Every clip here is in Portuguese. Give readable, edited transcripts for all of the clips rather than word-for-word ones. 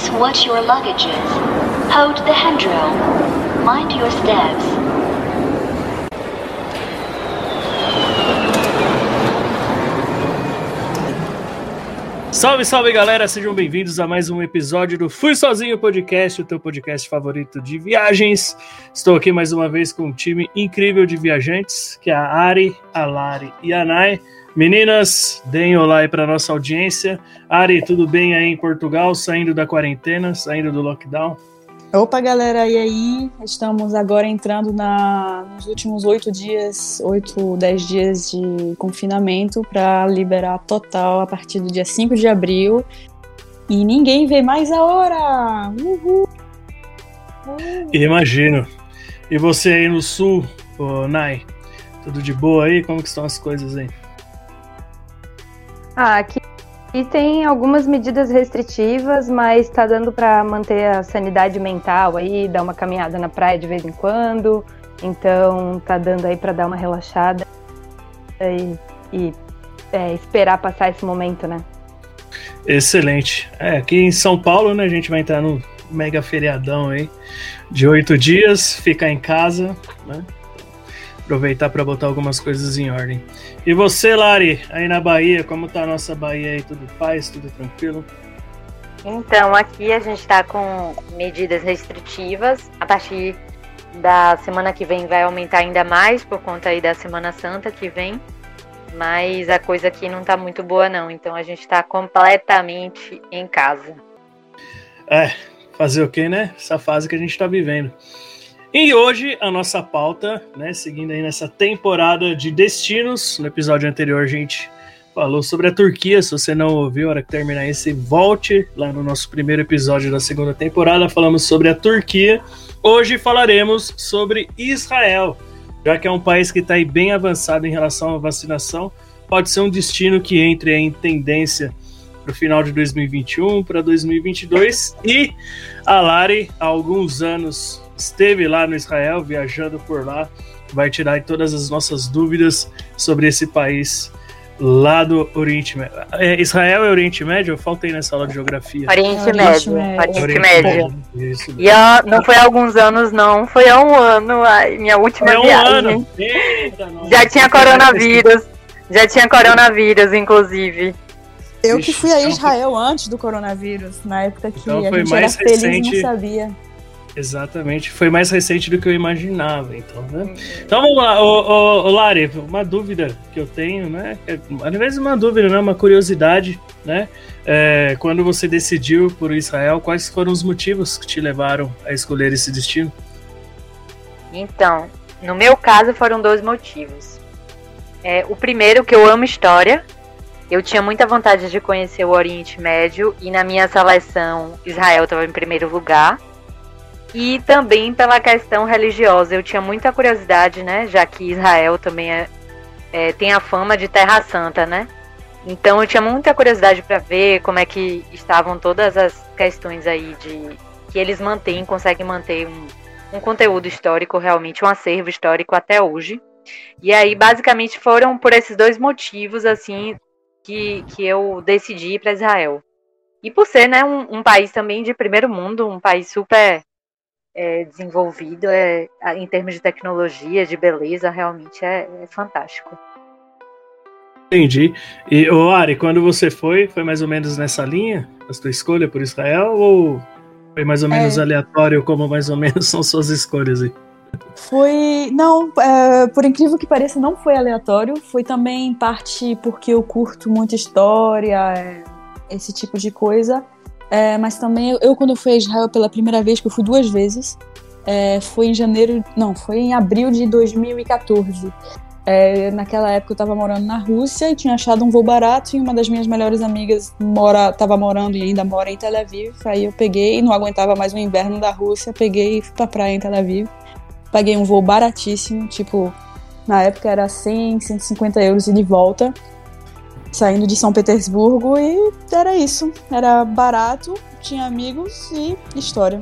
Please watch your luggages. Hold the handrail. Mind your steps. Salve, salve galera, sejam bem-vindos a mais um episódio do Fui Sozinho Podcast, o teu podcast favorito de viagens. Estou aqui mais uma vez com um time incrível de viajantes, que é a Ari, a Lari e a Nai. Meninas, deem olá aí para nossa audiência. Ari, tudo bem aí em Portugal, saindo da quarentena, saindo do lockdown? Opa, galera, e aí? Estamos agora entrando nos últimos 10 dias de confinamento para liberar total a partir do dia 5 de abril. E ninguém vê mais a hora! Uhul! Imagino. E você aí no sul, Nai? Tudo de boa aí? Como que estão as coisas aí? Aqui tem algumas medidas restritivas, mas tá dando para manter a sanidade mental aí, dar uma caminhada na praia de vez em quando. Então tá dando aí para dar uma relaxada e esperar passar esse momento, né? Excelente. Aqui em São Paulo, né, a gente vai entrar no mega feriadão aí de 8 dias, ficar em casa, né? Aproveitar para botar algumas coisas em ordem. E você, Lari, aí na Bahia, como tá a nossa Bahia aí? Tudo paz, tudo tranquilo? Então, aqui a gente tá com medidas restritivas. A partir da semana que vem vai aumentar ainda mais por conta aí da Semana Santa que vem. Mas a coisa aqui não tá muito boa não, então a gente tá completamente em casa. Fazer o quê, né? Essa fase que a gente tá vivendo. E hoje a nossa pauta, né, seguindo aí nessa temporada de destinos, no episódio anterior a gente falou sobre a Turquia. Se você não ouviu, a hora que terminar esse, volte lá no nosso primeiro episódio da segunda temporada, falamos sobre a Turquia. Hoje falaremos sobre Israel, já que é um país que está aí bem avançado em relação à vacinação, pode ser um destino que entre em tendência para o final de 2021, para 2022, e a Lari, há alguns anos, esteve lá no Israel, viajando por lá, vai tirar aí todas as nossas dúvidas sobre esse país lá do Oriente Médio. Israel é Oriente Médio? Eu faltei nessa aula de geografia. Oriente Médio. Isso, e não foi há alguns anos, não. Foi há um ano, minha última viagem. Eita, já tinha coronavírus, inclusive. Eu que fui a Israel antes do coronavírus, na época que então a foi gente mais era feliz recente. e não sabia. Exatamente, foi mais recente do que eu imaginava, então, né? Então vamos lá, ô Lari, uma dúvida que eu tenho, né? Ao invés de uma dúvida, né? Uma curiosidade, né? Quando você decidiu por Israel, quais foram os motivos que te levaram a escolher esse destino? Então, no meu caso foram 2 motivos. O primeiro, que eu amo história. Eu tinha muita vontade de conhecer o Oriente Médio e na minha seleção Israel estava em primeiro lugar. E também pela questão religiosa, eu tinha muita curiosidade, né? Já que Israel também tem a fama de Terra Santa, né? Então eu tinha muita curiosidade para ver como é que estavam todas as questões aí que eles conseguem manter um conteúdo histórico, realmente um acervo histórico até hoje. E aí basicamente foram por esses 2 motivos, assim, que eu decidi ir para Israel. E por ser, né, um país também de primeiro mundo, um país super desenvolvido em termos de tecnologia, de beleza, realmente é fantástico. Entendi. E, Ari, quando você foi mais ou menos nessa linha, a sua escolha por Israel, ou foi mais ou menos aleatório, como mais ou menos são suas escolhas aí? Por incrível que pareça, não foi aleatório, foi também em parte porque eu curto muito história, esse tipo de coisa, mas também quando eu fui a Israel pela primeira vez, que eu fui 2 vezes, foi em abril de 2014. Naquela época eu estava morando na Rússia e tinha achado um voo barato, e uma das minhas melhores amigas estava morando e ainda mora em Tel Aviv. Aí eu peguei, não aguentava mais o inverno da Rússia, peguei e fui pra praia em Tel Aviv. Paguei um voo baratíssimo, tipo, na época era 100, 150 euros e de volta, saindo de São Petersburgo, e era isso. Era barato, tinha amigos e história.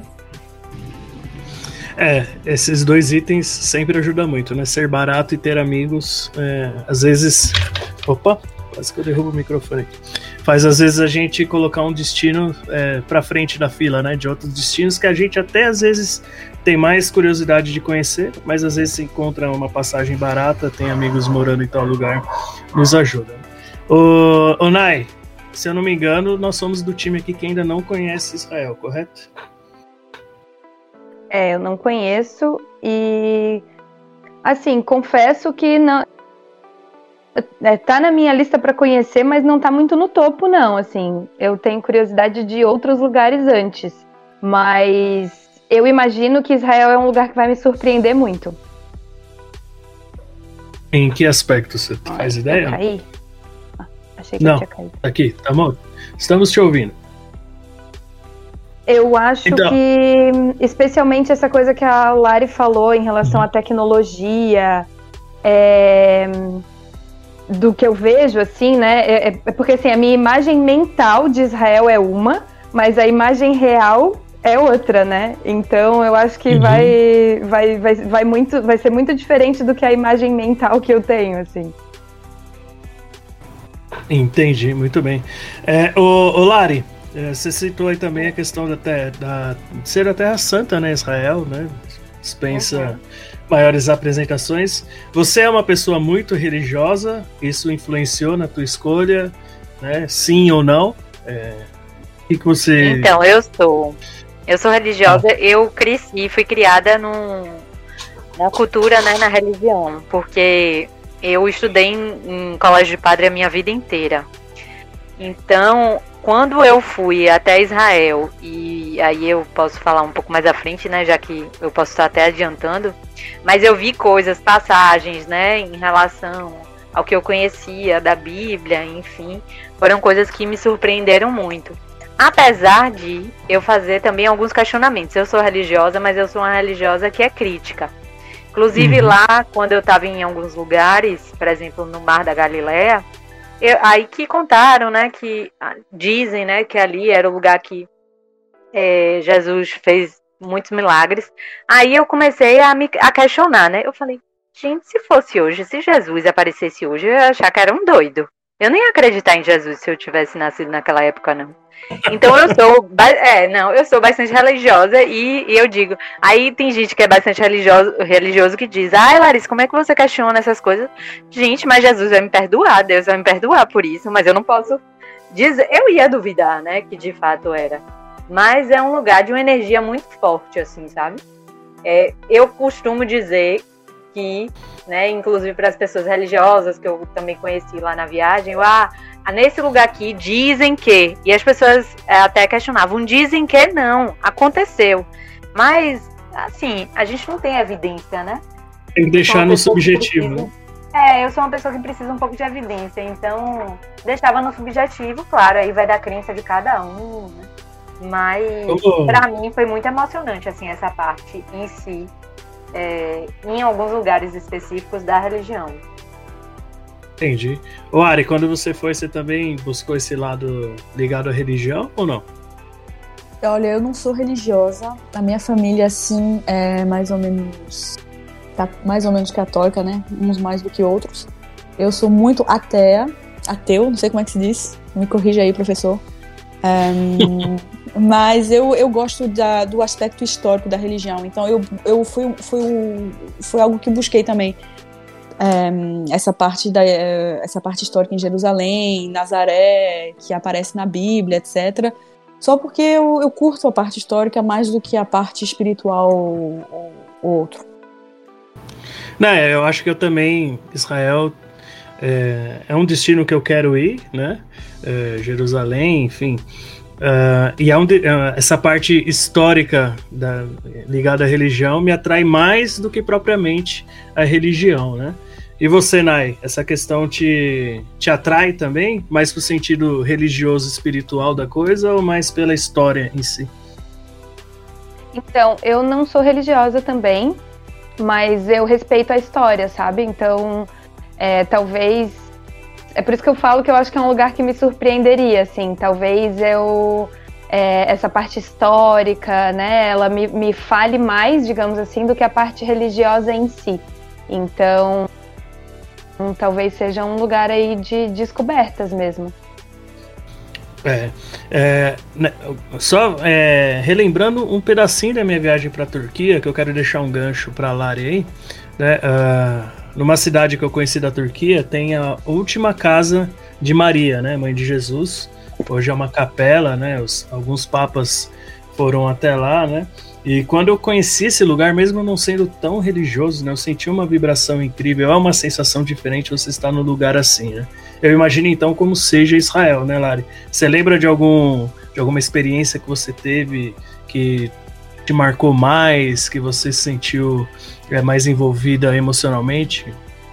Esses 2 itens sempre ajudam muito, né? Ser barato e ter amigos, às vezes... Opa, quase que eu derrubo o microfone aqui. faz às vezes a gente colocar um destino para frente da fila, né? De outros destinos que a gente até às vezes tem mais curiosidade de conhecer, mas às vezes se encontra uma passagem barata, tem amigos morando em tal lugar, nos ajuda. Ô Nai, se eu não me engano, nós somos do time aqui que ainda não conhece Israel, correto? Eu não conheço e, assim, confesso que não tá na minha lista para conhecer, mas não tá muito no topo, não. Assim, eu tenho curiosidade de outros lugares antes, mas eu imagino que Israel é um lugar que vai me surpreender muito. Em que aspecto você faz ideia? Eu caí? Achei que não, eu tinha caído. Aqui, tá bom? Estamos te ouvindo. Eu acho então, que, especialmente essa coisa que a Lari falou em relação à tecnologia, do que eu vejo, assim, né? É porque, assim, a minha imagem mental de Israel é uma, mas a imagem real é outra, né? Então, eu acho que vai ser muito diferente do que a imagem mental que eu tenho, assim. Entendi, muito bem. Ô Lari, você citou aí também a questão de ser a Terra Santa, né, Israel, né? Dispensa maiores apresentações. Você é uma pessoa muito religiosa, isso influenciou na tua escolha, né? Sim ou não? O que você... Então, eu sou religiosa, eu cresci, fui criada na cultura, né, na religião, porque eu estudei em colégio de padre a minha vida inteira. Então, quando eu fui até Israel, e aí eu posso falar um pouco mais à frente, né, já que eu posso estar até adiantando, mas eu vi coisas, passagens, né, em relação ao que eu conhecia da Bíblia, enfim, foram coisas que me surpreenderam muito. Apesar de eu fazer também alguns questionamentos. Eu sou religiosa, mas eu sou uma religiosa que é crítica. Inclusive lá, quando eu estava em alguns lugares, por exemplo, no Mar da Galileia, aí que contaram, né, que dizem, né, que ali era o lugar que Jesus fez muitos milagres. Aí eu comecei a questionar, né? Eu falei, gente, se fosse hoje, se Jesus aparecesse hoje, eu ia achar que era um doido. Eu nem ia acreditar em Jesus se eu tivesse nascido naquela época, não. Então eu sou bastante religiosa e eu digo, aí tem gente que é bastante religioso que diz, ai Larissa, como é que você questiona essas coisas? Gente, mas Jesus vai me perdoar, Deus vai me perdoar por isso, mas eu não posso dizer, eu ia duvidar, né, que de fato era. Mas é um lugar de uma energia muito forte, assim, sabe? Eu costumo dizer que, né, inclusive para as pessoas religiosas que eu também conheci lá na viagem, nesse lugar aqui dizem que, e as pessoas até questionavam, dizem que não, aconteceu, mas assim, a gente não tem evidência, né? Tem que deixar no subjetivo, né? Eu sou uma pessoa que precisa um pouco de evidência, então deixava no subjetivo, claro, aí vai da crença de cada um, né? Mas para mim foi muito emocionante, assim, essa parte em si, em alguns lugares específicos da religião. Entendi. Ari, quando você foi, você também buscou esse lado ligado à religião ou não? Olha, eu não sou religiosa. A minha família, assim, é mais ou menos católica, né? Uns mais do que outros. Eu sou muito ateu, não sei como é que se diz. Me corrija aí, professor. Mas eu gosto do aspecto histórico da religião. Então, foi algo que busquei também. Essa parte histórica em Jerusalém, Nazaré, que aparece na Bíblia, etc. Só porque eu curto a parte histórica mais do que a parte espiritual ou outro. Não, eu acho que eu também, Israel é um destino que eu quero ir, né? Jerusalém, enfim. E essa parte histórica ligada à religião me atrai mais do que propriamente a religião, né? E você, Nai, essa questão te atrai também? Mais pro sentido religioso, espiritual da coisa ou mais pela história em si? Então, eu não sou religiosa também, mas eu respeito a história, sabe? Então, talvez... É por isso que eu falo que eu acho que é um lugar que me surpreenderia, assim. Talvez essa parte histórica, né, ela me fale mais, digamos assim, do que a parte religiosa em si. Então, talvez seja um lugar aí de descobertas mesmo. Só relembrando um pedacinho da minha viagem para a Turquia, que eu quero deixar um gancho para a Lari aí, né? Numa cidade que eu conheci da Turquia, tem a última casa de Maria, né, mãe de Jesus. Hoje é uma capela, né? Alguns papas foram até lá, né? E quando eu conheci esse lugar, mesmo não sendo tão religioso, né, eu senti uma vibração incrível, é uma sensação diferente você estar num lugar assim, né? Eu imagino então como seja Israel, né, Lari? Você lembra de alguma experiência que você teve que te marcou mais, que você se sentiu mais envolvida emocionalmente?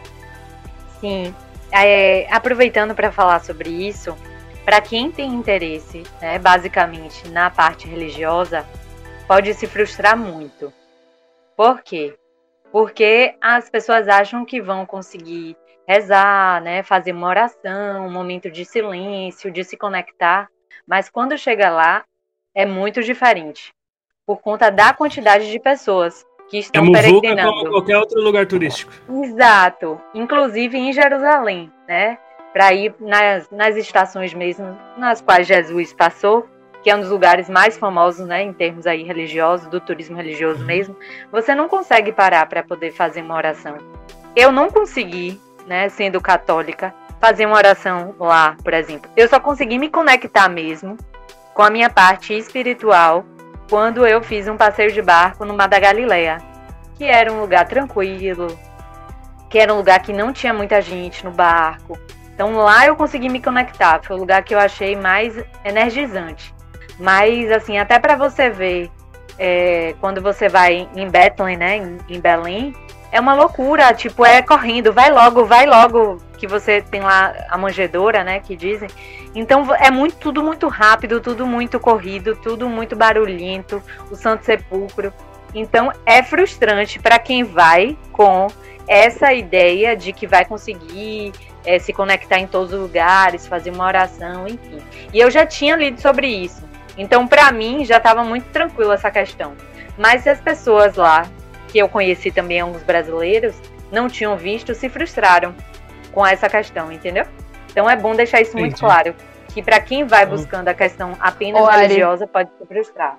Sim. Aproveitando para falar sobre isso, para quem tem interesse, né, basicamente na parte religiosa, pode se frustrar muito. Por quê? Porque as pessoas acham que vão conseguir rezar, né, fazer uma oração, um momento de silêncio, de se conectar, mas quando chega lá é muito diferente, por conta da quantidade de pessoas que estão peregrinando. Como qualquer outro lugar turístico. Exato, inclusive em Jerusalém, né, para ir nas estações mesmo nas quais Jesus passou, que é um dos lugares mais famosos, né, em termos aí religiosos, do turismo religioso mesmo, você não consegue parar para poder fazer uma oração. Eu não consegui, né, sendo católica, fazer uma oração lá, por exemplo. Eu só consegui me conectar mesmo com a minha parte espiritual quando eu fiz um passeio de barco no Mar da Galileia, que era um lugar tranquilo, que era um lugar que não tinha muita gente no barco. Então lá eu consegui me conectar, foi o lugar que eu achei mais energizante. Mas, assim, até para você ver, quando você vai em Bethlehem, né, em Belém, é uma loucura, tipo, correndo, vai logo, que você tem lá a manjedoura, né, que dizem. Então, tudo muito rápido, tudo muito corrido, tudo muito barulhento, o Santo Sepulcro. Então, é frustrante para quem vai com essa ideia de que vai conseguir se conectar em todos os lugares, fazer uma oração, enfim. E eu já tinha lido sobre isso. Então, para mim, já estava muito tranquila essa questão. Mas se as pessoas lá, que eu conheci também alguns brasileiros, não tinham visto, se frustraram com essa questão, entendeu? Então é bom deixar isso muito claro, que para quem vai buscando a questão apenas religiosa, pode se frustrar.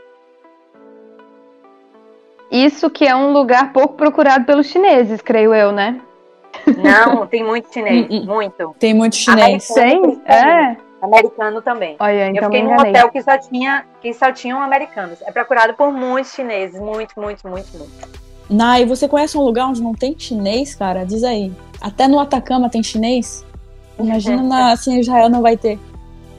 Isso que é um lugar pouco procurado pelos chineses, creio eu, né? Não, tem muito chinês, muito. Tem muito chinês. Tem? Americano também. Olha, então eu fiquei num hotel que só tinham americanos. É procurado por muitos chineses, muito. Nai, você conhece um lugar onde não tem chinês, cara? Diz aí. Até no Atacama tem chinês? Imagina assim, Israel não vai ter.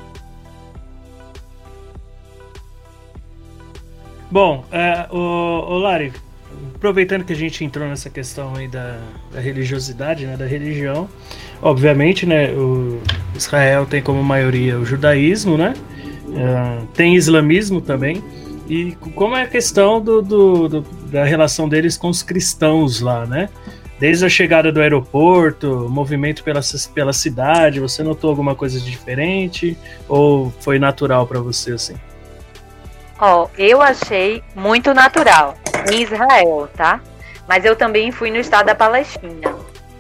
Bom, Lari, aproveitando que a gente entrou nessa questão aí da religiosidade, né, da religião, obviamente, né, o Israel tem como maioria o judaísmo, né, tem islamismo também, e como é a questão da relação deles com os cristãos lá, né, desde a chegada do aeroporto, movimento pela cidade, você notou alguma coisa de diferente, ou foi natural para você, assim? Eu achei muito natural em Israel, tá? Mas eu também fui no estado da Palestina.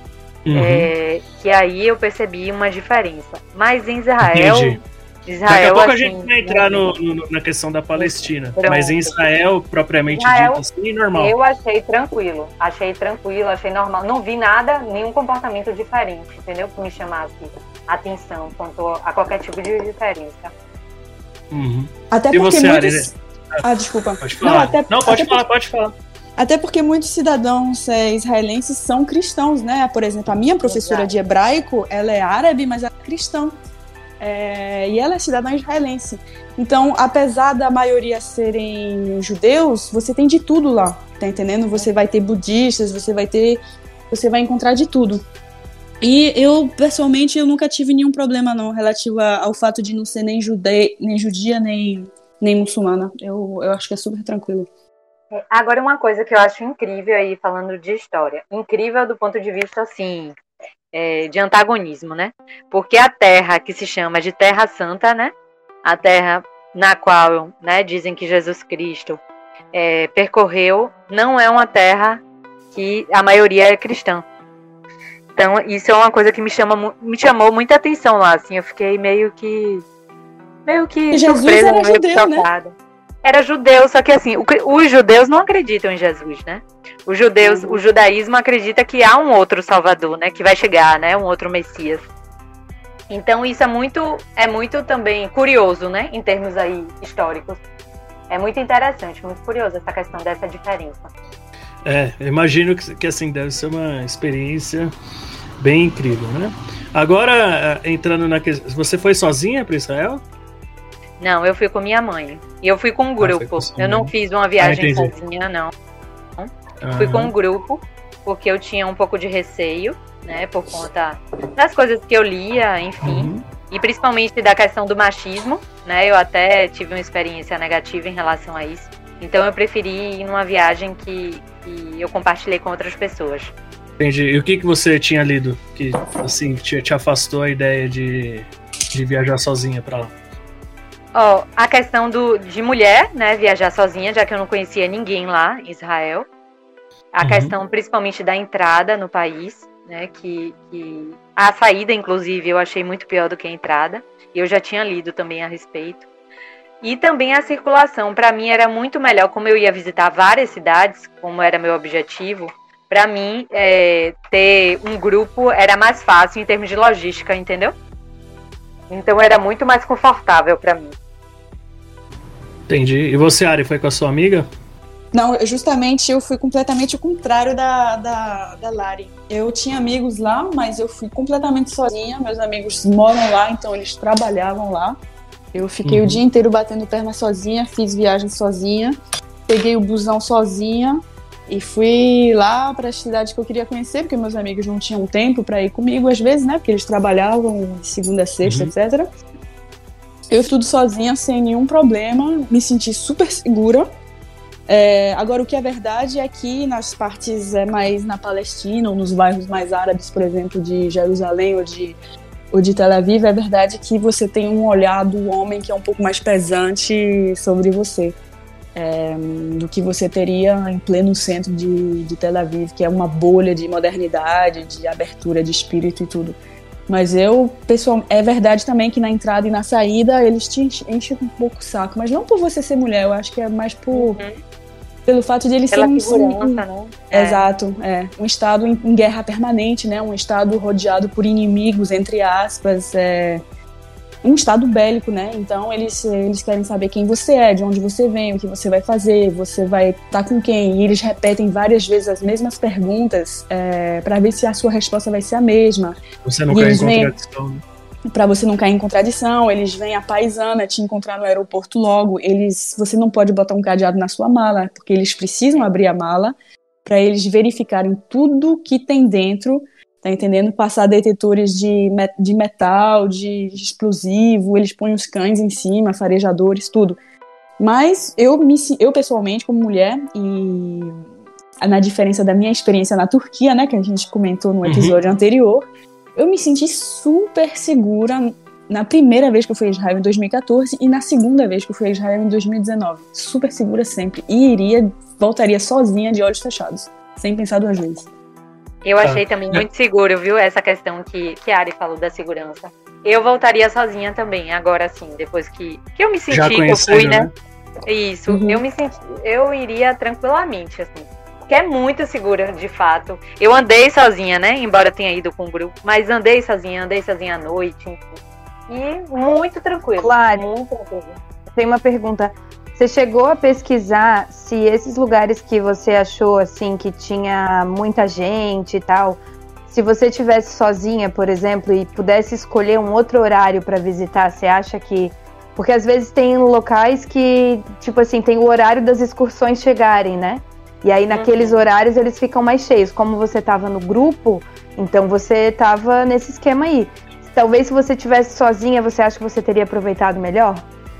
Que aí eu percebi uma diferença. Mas em Israel... Daqui a pouco a gente vai entrar na questão da Palestina. Pronto. Mas em Israel, propriamente dito assim, normal. Eu achei tranquilo, achei normal. Não vi nada, nenhum comportamento diferente, entendeu? Que me chamasse atenção quanto a qualquer tipo de diferença. Até e porque você, muitos... desculpa. Pode falar. Pode falar. Até porque muitos cidadãos israelenses são cristãos, né? Por exemplo, a minha professora de hebraico, ela é árabe, mas ela é cristã. E ela é cidadã israelense. Então, apesar da maioria serem judeus, você tem de tudo lá, tá entendendo? Você vai ter budistas, você vai encontrar de tudo. E eu, pessoalmente, eu nunca tive nenhum problema, não, relativo ao fato de não ser nem judia, nem muçulmana. Eu acho que é super tranquilo. Agora, uma coisa que eu acho incrível aí, falando de história. Incrível do ponto de vista, assim, de antagonismo, né? Porque a terra que se chama de Terra Santa, né? A terra na qual, né, dizem que Jesus Cristo percorreu, não é uma terra que a maioria é cristã. Então, isso é uma coisa que me chamou muita atenção lá, assim, eu fiquei meio que meio que E Jesus surpresa, era meio judeu, né? chocada. Era judeu, só que assim, os judeus não acreditam em Jesus, né? Os judeus, o judaísmo acredita que há um outro Salvador, né? Que vai chegar, né? Um outro Messias. Então isso é muito também curioso, né? Em termos aí históricos. É muito interessante, muito curioso essa questão dessa diferença. Eu imagino que assim, deve ser uma experiência bem incrível, né? Agora, entrando na questão, você foi sozinha para Israel? Não, eu fui com minha mãe. E eu fui com um grupo. Eu não fiz uma viagem sozinha, não. Fui com um grupo, porque eu tinha um pouco de receio, né? Por conta das coisas que eu lia, enfim. E principalmente da questão do machismo, né? Eu até tive uma experiência negativa em relação a isso. Então eu preferi ir numa viagem que eu compartilhei com outras pessoas. Entendi. E o que você tinha lido que assim te afastou a ideia de viajar sozinha para lá? A questão de mulher, né, viajar sozinha, já que eu não conhecia ninguém lá em Israel. A questão principalmente da entrada no país, né, que a saída, inclusive, eu achei muito pior do que a entrada. E eu já tinha lido também a respeito. E também a circulação, para mim era muito melhor, como eu ia visitar várias cidades, como era meu objetivo, para mim ter um grupo era mais fácil em termos de logística, entendeu? Então era muito mais confortável para mim. Entendi. E você, Ari, foi com a sua amiga? Não, justamente eu fui completamente o contrário da Lari. Eu tinha amigos lá, mas eu fui completamente sozinha. Meus amigos moram lá, então eles trabalhavam lá. Eu fiquei o dia inteiro batendo perna sozinha, fiz viagem sozinha, peguei o busão sozinha e fui lá para a cidade que eu queria conhecer, porque meus amigos não tinham tempo para ir comigo às vezes, né? Porque eles trabalhavam de segunda a sexta, etc. Eu estudo sozinha, sem nenhum problema, me senti super segura. Agora, o que é verdade é que nas partes mais na Palestina, ou nos bairros mais árabes, por exemplo, de Jerusalém ou de Tel Aviv, é verdade que você tem um olhar do homem que é um pouco mais pesante sobre você, do que você teria em pleno centro de Tel Aviv, que é uma bolha de modernidade, de abertura de espírito e tudo. Mas é verdade também que na entrada e na saída eles te enchem um pouco o saco, mas não por você ser mulher, eu acho que é mais pelo fato de eles serem né? Exato, um estado em guerra permanente, né? Um estado rodeado por inimigos, entre aspas, um estado bélico, né? Então eles querem saber quem você é, de onde você vem, o que você vai fazer, você vai estar com quem, e eles repetem várias vezes as mesmas perguntas para ver se a sua resposta vai ser a mesma. Você não cai em contradição, né? Para você não cair em contradição, eles vêm a paisana te encontrar no aeroporto logo. Você não pode botar um cadeado na sua mala, porque eles precisam abrir a mala para eles verificarem tudo que tem dentro, tá entendendo? Passar detetores de metal, de explosivo, eles põem os cães em cima, farejadores, tudo. Mas eu pessoalmente, como mulher, e na diferença da minha experiência na Turquia, né, que a gente comentou no episódio anterior, eu me senti super segura na primeira vez que eu fui a Israel em 2014 e na segunda vez que eu fui a Israel em 2019. Super segura sempre. E voltaria sozinha de olhos fechados, sem pensar duas vezes. Eu achei também muito seguro, viu? Essa questão que a Ari falou da segurança. Eu voltaria sozinha também, agora sim, depois que eu me senti, que eu fui, né? Isso, eu iria tranquilamente, assim. Que é muito segura, de fato. Eu andei sozinha, né? Embora eu tenha ido com um grupo, mas andei sozinha à noite, enfim. E muito tranquilo. Claro. Muito tranquilo. Tem uma pergunta. Você chegou a pesquisar se esses lugares que você achou, assim, que tinha muita gente e tal, se você estivesse sozinha, por exemplo, e pudesse escolher um outro horário para visitar, você acha que... Porque às vezes tem locais que, tipo assim, tem o horário das excursões chegarem, né? E aí naqueles horários eles ficam mais cheios. Como você estava no grupo, então você estava nesse esquema aí. Talvez se você estivesse sozinha, você acha que você teria aproveitado melhor?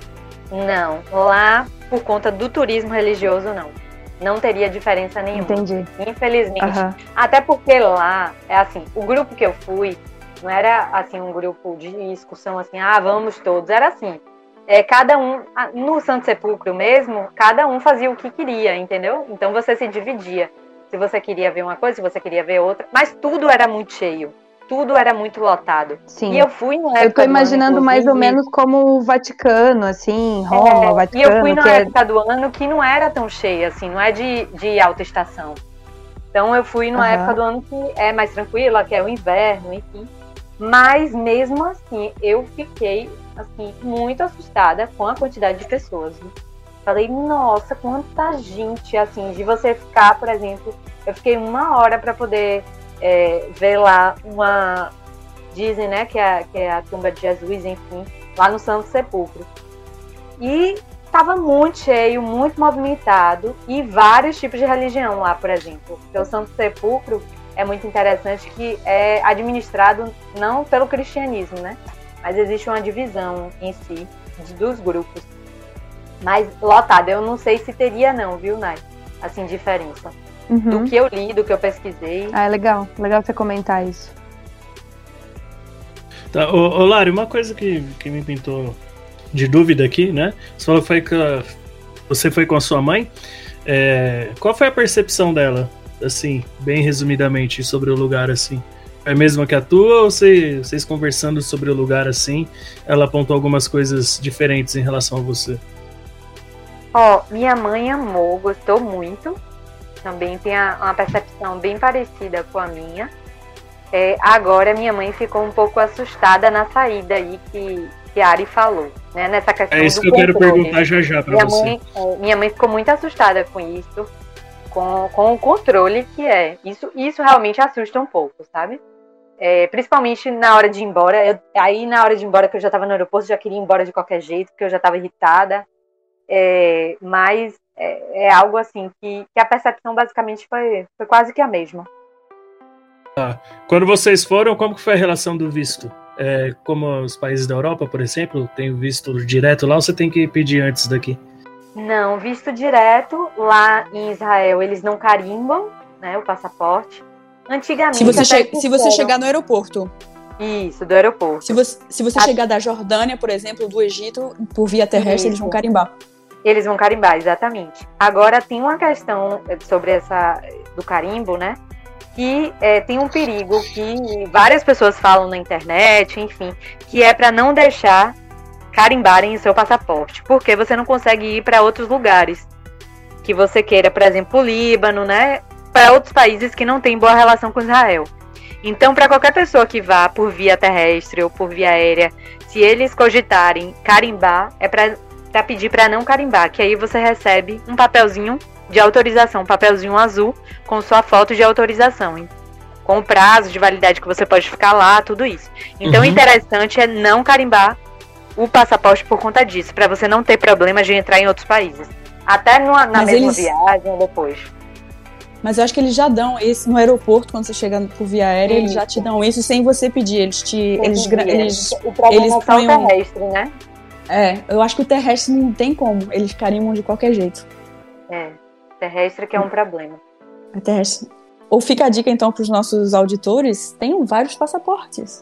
Não, lá por conta do turismo religioso não teria diferença nenhuma. Entendi. Infelizmente. Até porque lá, assim, o grupo que eu fui não era assim um grupo de excursão assim, vamos todos, era assim. Cada um, no Santo Sepulcro mesmo, cada um fazia o que queria, entendeu? Então você se dividia. Se você queria ver uma coisa, se você queria ver outra. Mas tudo era muito cheio. tudo era muito lotado. Sim. E eu fui na época Eu tô imaginando mais ou menos como o Vaticano, assim, Roma, Vaticano. E eu fui na época do ano que não era tão cheia, assim, não é de alta estação. Então eu fui numa época do ano que é mais tranquila, que é o inverno, enfim. Mas mesmo assim, eu fiquei assim, muito assustada com a quantidade de pessoas. Falei, nossa, quanta gente, assim, de você ficar, por exemplo, eu fiquei 1 hora para poder ver lá dizem, né, que é a tumba de Jesus, enfim, lá no Santo Sepulcro. E estava muito cheio, muito movimentado, e vários tipos de religião lá, por exemplo. Porque o Santo Sepulcro é muito interessante, que é administrado não pelo cristianismo, né? Mas existe uma divisão em si dos grupos. Mas lotado, eu não sei se teria não, viu, Nai? Assim, diferença. Do que eu li, do que eu pesquisei. Ah, é legal. Legal você comentar isso. Tá, ô Lari, uma coisa que me pintou de dúvida aqui, né? Você falou que você foi com a sua mãe. Qual foi a percepção dela, assim, bem resumidamente, sobre o lugar, assim? É a mesma que a tua, ou vocês conversando sobre o lugar, assim, ela apontou algumas coisas diferentes em relação a você? Minha mãe amou, gostou muito. Também tem uma percepção bem parecida com a minha. Agora, minha mãe ficou um pouco assustada na saída aí que a Ari falou, né? Nessa questão do controle. É isso que eu quero perguntar já pra você. Minha mãe ficou muito assustada com isso, com o controle que é. Isso realmente assusta um pouco, sabe? Principalmente na hora de ir embora. Na hora de ir embora, que eu já estava no aeroporto, já queria ir embora de qualquer jeito, porque eu já estava irritada. Mas é algo assim que a percepção basicamente foi quase que a mesma. Quando vocês foram, como que foi a relação do visto? Como os países da Europa, por exemplo, tem o visto direto lá, ou você tem que pedir antes daqui? Não, visto direto lá em Israel, eles não carimbam, né, o passaporte. Antigamente... Se você chegar no aeroporto. Isso, do aeroporto. Se você chegar da Jordânia, por exemplo, do Egito, por via terrestre, eles vão carimbar. Eles vão carimbar, exatamente. Agora, tem uma questão sobre do carimbo, né? Que tem um perigo que várias pessoas falam na internet, enfim, que é para não deixar carimbarem o seu passaporte, porque você não consegue ir para outros lugares que você queira, por exemplo, o Líbano, né? Para outros países que não têm boa relação com Israel. Então, para qualquer pessoa que vá por via terrestre ou por via aérea, se eles cogitarem carimbar, é para pedir para não carimbar, que aí você recebe um papelzinho de autorização, um papelzinho azul com sua foto de autorização, hein? Com o prazo de validade que você pode ficar lá, tudo isso. Então, o interessante é não carimbar o passaporte por conta disso, para você não ter problemas de entrar em outros países. Até na mesma viagem ou depois. Mas eu acho que eles já dão isso no aeroporto, quando você chega por via aérea, eles já te dão isso sem você pedir. O problema é só o terrestre, né? Eu acho que o terrestre não tem como, eles carimbam de qualquer jeito. Terrestre que é um problema. É terrestre. Ou fica a dica então para os nossos auditores, tenham vários passaportes.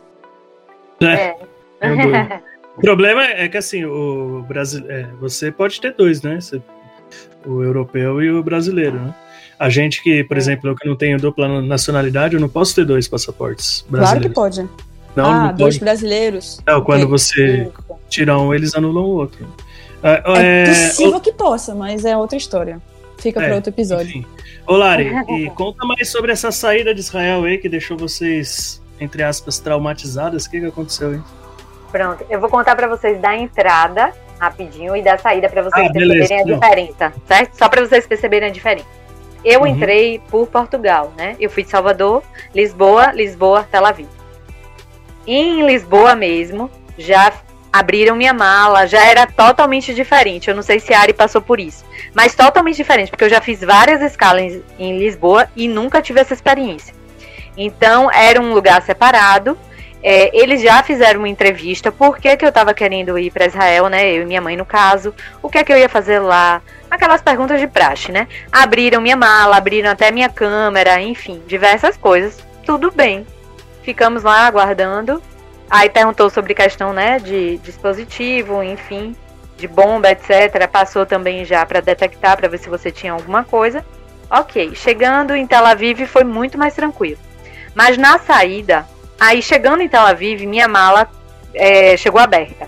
O problema é que assim, você pode ter dois, né? O europeu e o brasileiro, né? A gente que, por exemplo, eu que não tenho dupla nacionalidade, eu não posso ter dois passaportes brasileiros. Claro que pode. Não dois pode. brasileiros. Quando você tira um, eles anulam o outro. É possível que possa, mas é outra história. Fica para outro episódio. Enfim. Ô Lari, e conta mais sobre essa saída de Israel aí, que deixou vocês, entre aspas, traumatizadas. O que aconteceu aí? Pronto, eu vou contar para vocês da entrada, rapidinho, e da saída para vocês perceberem a diferença, certo? Só para vocês perceberem a diferença. Eu entrei por Portugal, né? Eu fui de Salvador, Lisboa, Tel Aviv. Em Lisboa mesmo, já abriram minha mala, já era totalmente diferente. Eu não sei se a Ari passou por isso, mas totalmente diferente, porque eu já fiz várias escalas em Lisboa e nunca tive essa experiência. Então, era um lugar separado. Eles já fizeram uma entrevista, por que eu estava querendo ir para Israel, né? Eu e minha mãe, no caso. O que eu ia fazer lá? Aquelas perguntas de praxe, né? Abriram minha mala, abriram até minha câmera, enfim, diversas coisas. Tudo bem. Ficamos lá aguardando. Aí perguntou sobre questão, né, de dispositivo, enfim, de bomba, etc. Passou também já para detectar, para ver se você tinha alguma coisa. Ok, chegando em Tel Aviv foi muito mais tranquilo. Mas na saída, Aí, chegando em Tel Aviv, minha mala chegou aberta.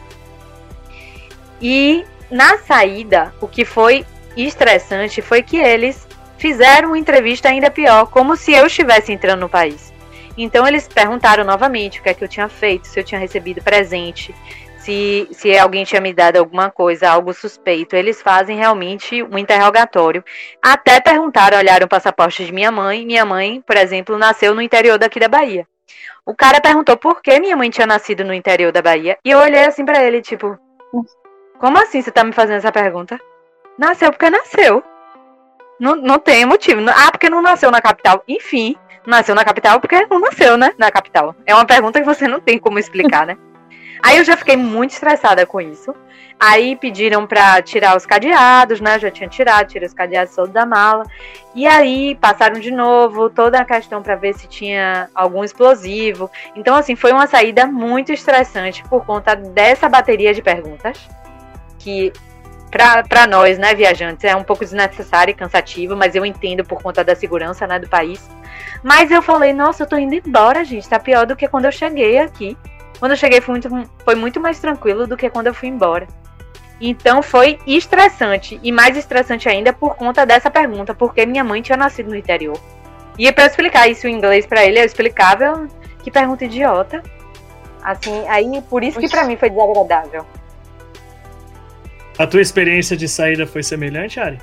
E na saída, o que foi estressante foi que eles fizeram uma entrevista ainda pior, como se eu estivesse entrando no país. Então eles perguntaram novamente o que é que eu tinha feito, se eu tinha recebido presente, se alguém tinha me dado alguma coisa, algo suspeito. Eles fazem realmente um interrogatório. Até perguntaram, olharam o passaporte de minha mãe. Minha mãe, por exemplo, nasceu no interior daqui da Bahia. O cara perguntou por que minha mãe tinha nascido no interior da Bahia. E eu olhei assim pra ele, tipo, como assim você tá me fazendo essa pergunta? Nasceu porque nasceu. Não tem motivo. Porque não nasceu na capital. Enfim, nasceu na capital porque não nasceu, né? Na capital. É uma pergunta que você não tem como explicar, né? Aí eu já fiquei muito estressada com isso. Aí pediram pra tirar os cadeados, né? Eu já tinha tirei os cadeados todos da mala. E aí passaram de novo toda a questão pra ver se tinha algum explosivo. Então, assim, foi uma saída muito estressante por conta dessa bateria de perguntas. Que pra nós, né, viajantes, é um pouco desnecessário e cansativo, mas eu entendo por conta da segurança, né, do país. Mas eu falei, nossa, eu tô indo embora, gente. Tá pior do que quando eu cheguei aqui. Quando eu cheguei foi muito mais tranquilo do que quando eu fui embora. Então foi estressante. E mais estressante ainda por conta dessa pergunta. Porque minha mãe tinha nascido no interior. E pra eu explicar isso em inglês pra ele, eu explicava. Que pergunta idiota. Assim, aí por isso que pra mim foi desagradável. A tua experiência de saída foi semelhante, Ari?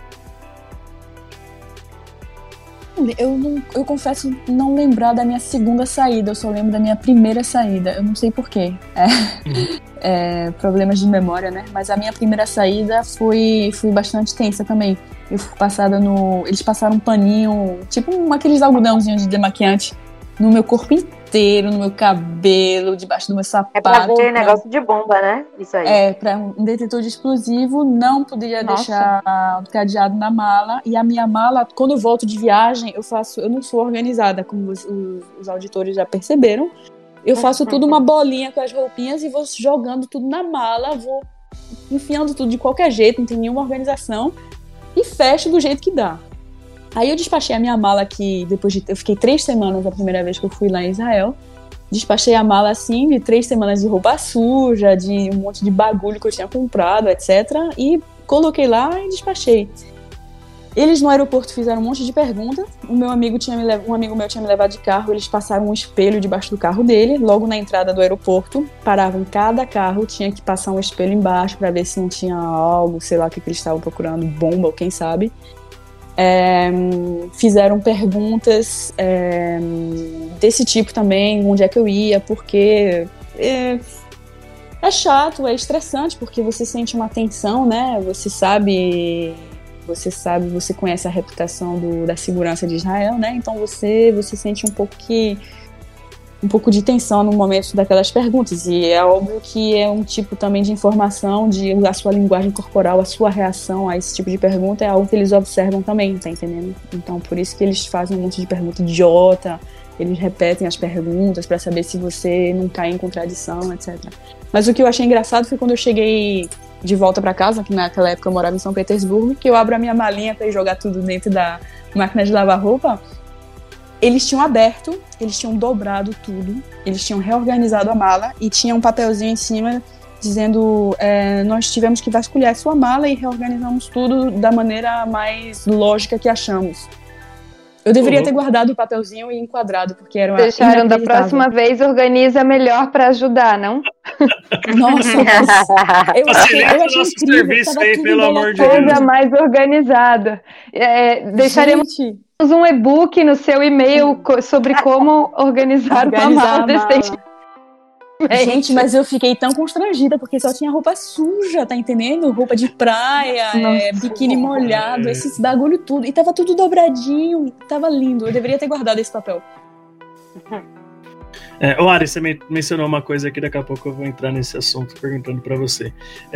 Eu confesso não lembrar da minha segunda saída, eu só lembro da minha primeira saída, eu não sei porquê. Problemas de memória, né? Mas a minha primeira saída foi bastante tensa também. Eu fui passada eles passaram um paninho, tipo aqueles algodãozinhos de demaquiante, no meu corpo inteiro, no meu cabelo, debaixo do meu sapato. É pra ver negócio de bomba, né? Isso aí. Pra um detetor de explosivo, não podia deixar o cadeado na mala. E a minha mala, quando eu volto de viagem, eu não sou organizada, como os auditores já perceberam. Eu faço tudo uma bolinha com as roupinhas e vou jogando tudo na mala, vou enfiando tudo de qualquer jeito, não tem nenhuma organização, e fecho do jeito que dá. Aí eu despachei a minha mala aqui, eu fiquei 3 semanas a primeira vez que eu fui lá em Israel. Despachei a mala assim, de 3 semanas de roupa suja, de um monte de bagulho que eu tinha comprado, etc. E coloquei lá e despachei. Eles no aeroporto fizeram um monte de perguntas. Um amigo meu tinha me levado de carro, eles passaram um espelho debaixo do carro dele, logo na entrada do aeroporto. Paravam em cada carro, tinha que passar um espelho embaixo para ver se não tinha algo, sei lá o que eles estavam procurando, bomba ou quem sabe. Fizeram perguntas desse tipo também, onde é que eu ia, porque é chato, é estressante, porque você sente uma tensão, né? Você conhece a reputação da segurança de Israel, né? Então você sente um pouco de tensão no momento daquelas perguntas, e é óbvio que é um tipo também de informação, a sua linguagem corporal, a sua reação a esse tipo de pergunta é algo que eles observam também, tá entendendo? Então por isso que eles fazem um monte de pergunta idiota, eles repetem as perguntas para saber se você não cai em contradição, etc. Mas o que eu achei engraçado foi quando eu cheguei de volta para casa, que naquela época eu morava em São Petersburgo, que eu abro a minha malinha para ir jogar tudo dentro da máquina de lavar roupa. Eles tinham aberto, eles tinham dobrado tudo, eles tinham reorganizado a mala e tinha um papelzinho em cima dizendo nós tivemos que vasculhar a sua mala e reorganizamos tudo da maneira mais lógica que achamos. Eu deveria ter guardado o papelzinho e enquadrado, porque era uma Deixaram da próxima vez, organiza melhor para ajudar, não? Nossa, eu achei incrível, serviço aí, pelo amor de Deus. Coisa mais organizada. Deixaremos um e-book no seu e-mail sobre como organizar uma mala decentemente. Gente, mas eu fiquei tão constrangida, porque só tinha roupa suja, tá entendendo? Roupa de praia, biquíni molhado, esses bagulho tudo. E tava tudo dobradinho, tava lindo. Eu deveria ter guardado esse papel. Ari, você mencionou uma coisa aqui, daqui a pouco eu vou entrar nesse assunto perguntando pra você.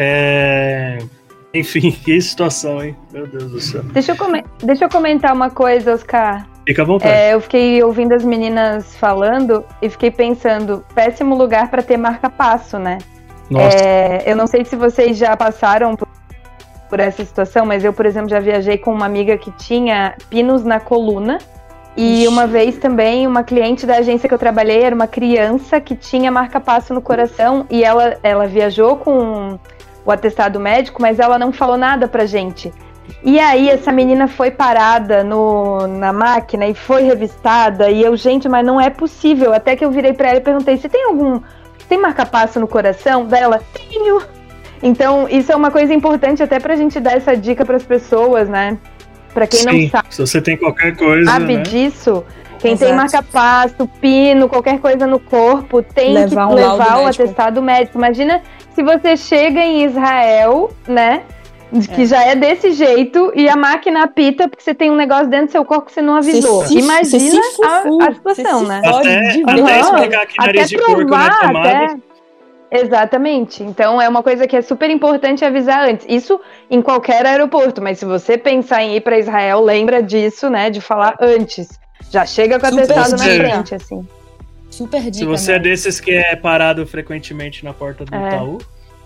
Enfim, que situação, hein? Meu Deus do céu. Deixa eu comentar uma coisa, Oscar. Fica à vontade. Eu fiquei ouvindo as meninas falando e fiquei pensando, péssimo lugar para ter marca-passo, né? Nossa. Eu não sei se vocês já passaram por essa situação, mas eu, por exemplo, já viajei com uma amiga que tinha pinos na coluna E uma vez também, uma cliente da agência que eu trabalhei era uma criança que tinha marca-passo no coração e ela viajou com o atestado médico, mas ela não falou nada pra gente. E aí essa menina foi parada na máquina e foi revistada e eu, gente, mas não é possível. Até que eu virei pra ela e perguntei, você tem marca-passo no coração? Dela, tenho. Então isso é uma coisa importante até pra gente dar essa dica pras pessoas, né? Pra quem não sabe, se você tem qualquer coisa, sabe né? disso, quem Exato. tem marca-passo, pino, qualquer coisa no corpo, tem Levar que levar o médico. atestado médico. Imagina se você chega em Israel, né, que já é desse jeito, e a máquina apita porque você tem um negócio dentro do seu corpo que você não avisou. Imagina a situação, né? Até explicar que nariz de porco na tomada. Exatamente. Então é uma coisa que é super importante avisar antes. Isso em qualquer aeroporto, mas se você pensar em ir para Israel, lembra disso, né? De falar antes. Já chega com o atestado na frente, assim. Super dica. Se você é desses que é parado frequentemente na porta do Itaú.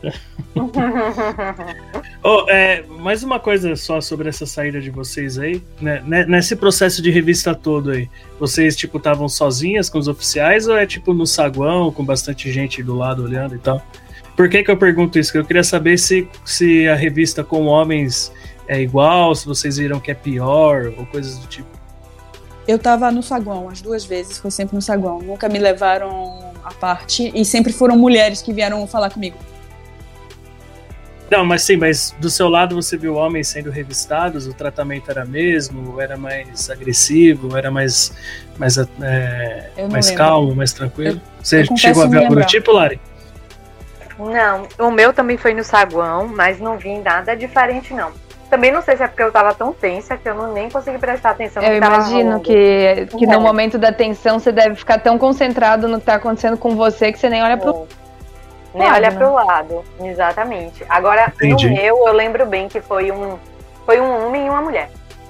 Mais uma coisa só sobre essa saída de vocês aí, né? Nesse processo de revista todo aí, vocês tipo estavam sozinhas com os oficiais ou é tipo no saguão com bastante gente do lado olhando e tal? Por que eu pergunto isso? Porque eu queria saber se a revista com homens é igual, se vocês viram que é pior ou coisas do tipo. Eu tava no saguão as 2 vezes, foi sempre no saguão. Nunca me levaram à parte e sempre foram mulheres que vieram falar comigo. Não, mas do seu lado você viu homens sendo revistados? O tratamento era mesmo? Era mais agressivo? Era mais calmo, mais tranquilo? Você chegou a ver algo do tipo, Lari? Não, o meu também foi no saguão, mas não vi nada diferente, não. Também não sei se é porque eu tava tão tensa que eu nem consegui prestar atenção no que tava rolando. Eu imagino que no momento da tensão você deve ficar tão concentrado no que tá acontecendo com você que você nem olha pro nem olha pro lado, exatamente. Agora, Entendi. No meu, eu lembro bem que foi um homem e uma mulher.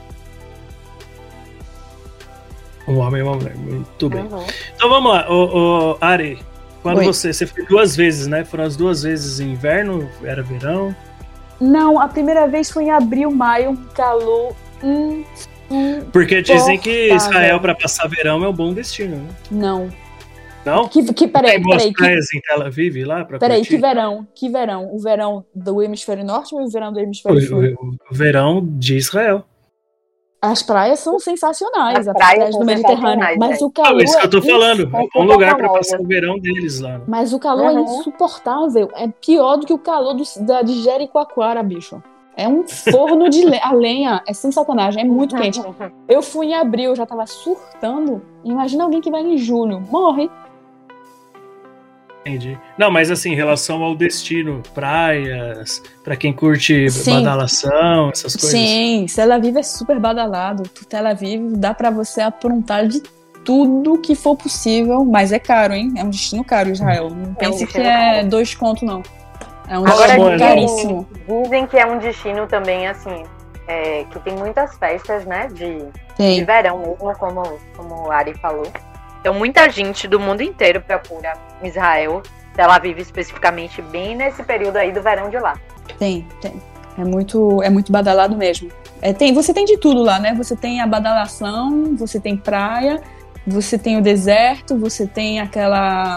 Um homem e uma mulher, muito bem. Então vamos lá, Ari, quando você foi 2 vezes, né? Foram as 2 vezes em inverno, era verão? Não, a primeira vez foi em abril, maio, um calor. Porque dizem que Israel, para passar verão, é um bom destino, né? Não. Não? Peraí. Praias em Tel Aviv lá pra Peraí, curtir? que verão? O verão do hemisfério norte ou o verão do hemisfério sul? O verão de Israel. As praias são sensacionais, As praias do Mediterrâneo. Mas o calor. Isso que eu tô falando. É um lugar pra passar o verão deles lá. Mas o calor é insuportável. É pior do que o calor de Jericoacoara, bicho. É um forno de a lenha. É sem sacanagem, é muito quente. Eu fui em abril, eu já tava surtando. Imagina alguém que vai em julho. Morre. Entendi. Não, mas assim, em relação ao destino, praias, pra quem curte badalação, essas coisas. Sim, Tel Aviv é super badalado. Tel Aviv dá pra você aprontar de tudo que for possível, mas é caro, hein? É um destino caro, Israel. Não pense que é 2 conto, não. É um destino caríssimo. Dizem que é um destino também, assim, que tem muitas festas, né? De verão mesmo, como o Ari falou. Então, muita gente do mundo inteiro procura Israel, Tel Aviv especificamente, bem nesse período aí do verão de lá. Tem. É muito badalado mesmo. Você tem de tudo lá, né? Você tem a badalação, você tem praia, você tem o deserto, você tem aquele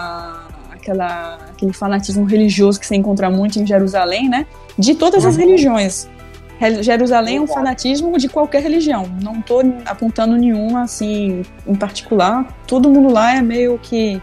fanatismo religioso que você encontra muito em Jerusalém, né? De todas as religiões. Jerusalém é um fanatismo de qualquer religião. Não tô apontando nenhuma, assim, em particular. Todo mundo lá é meio que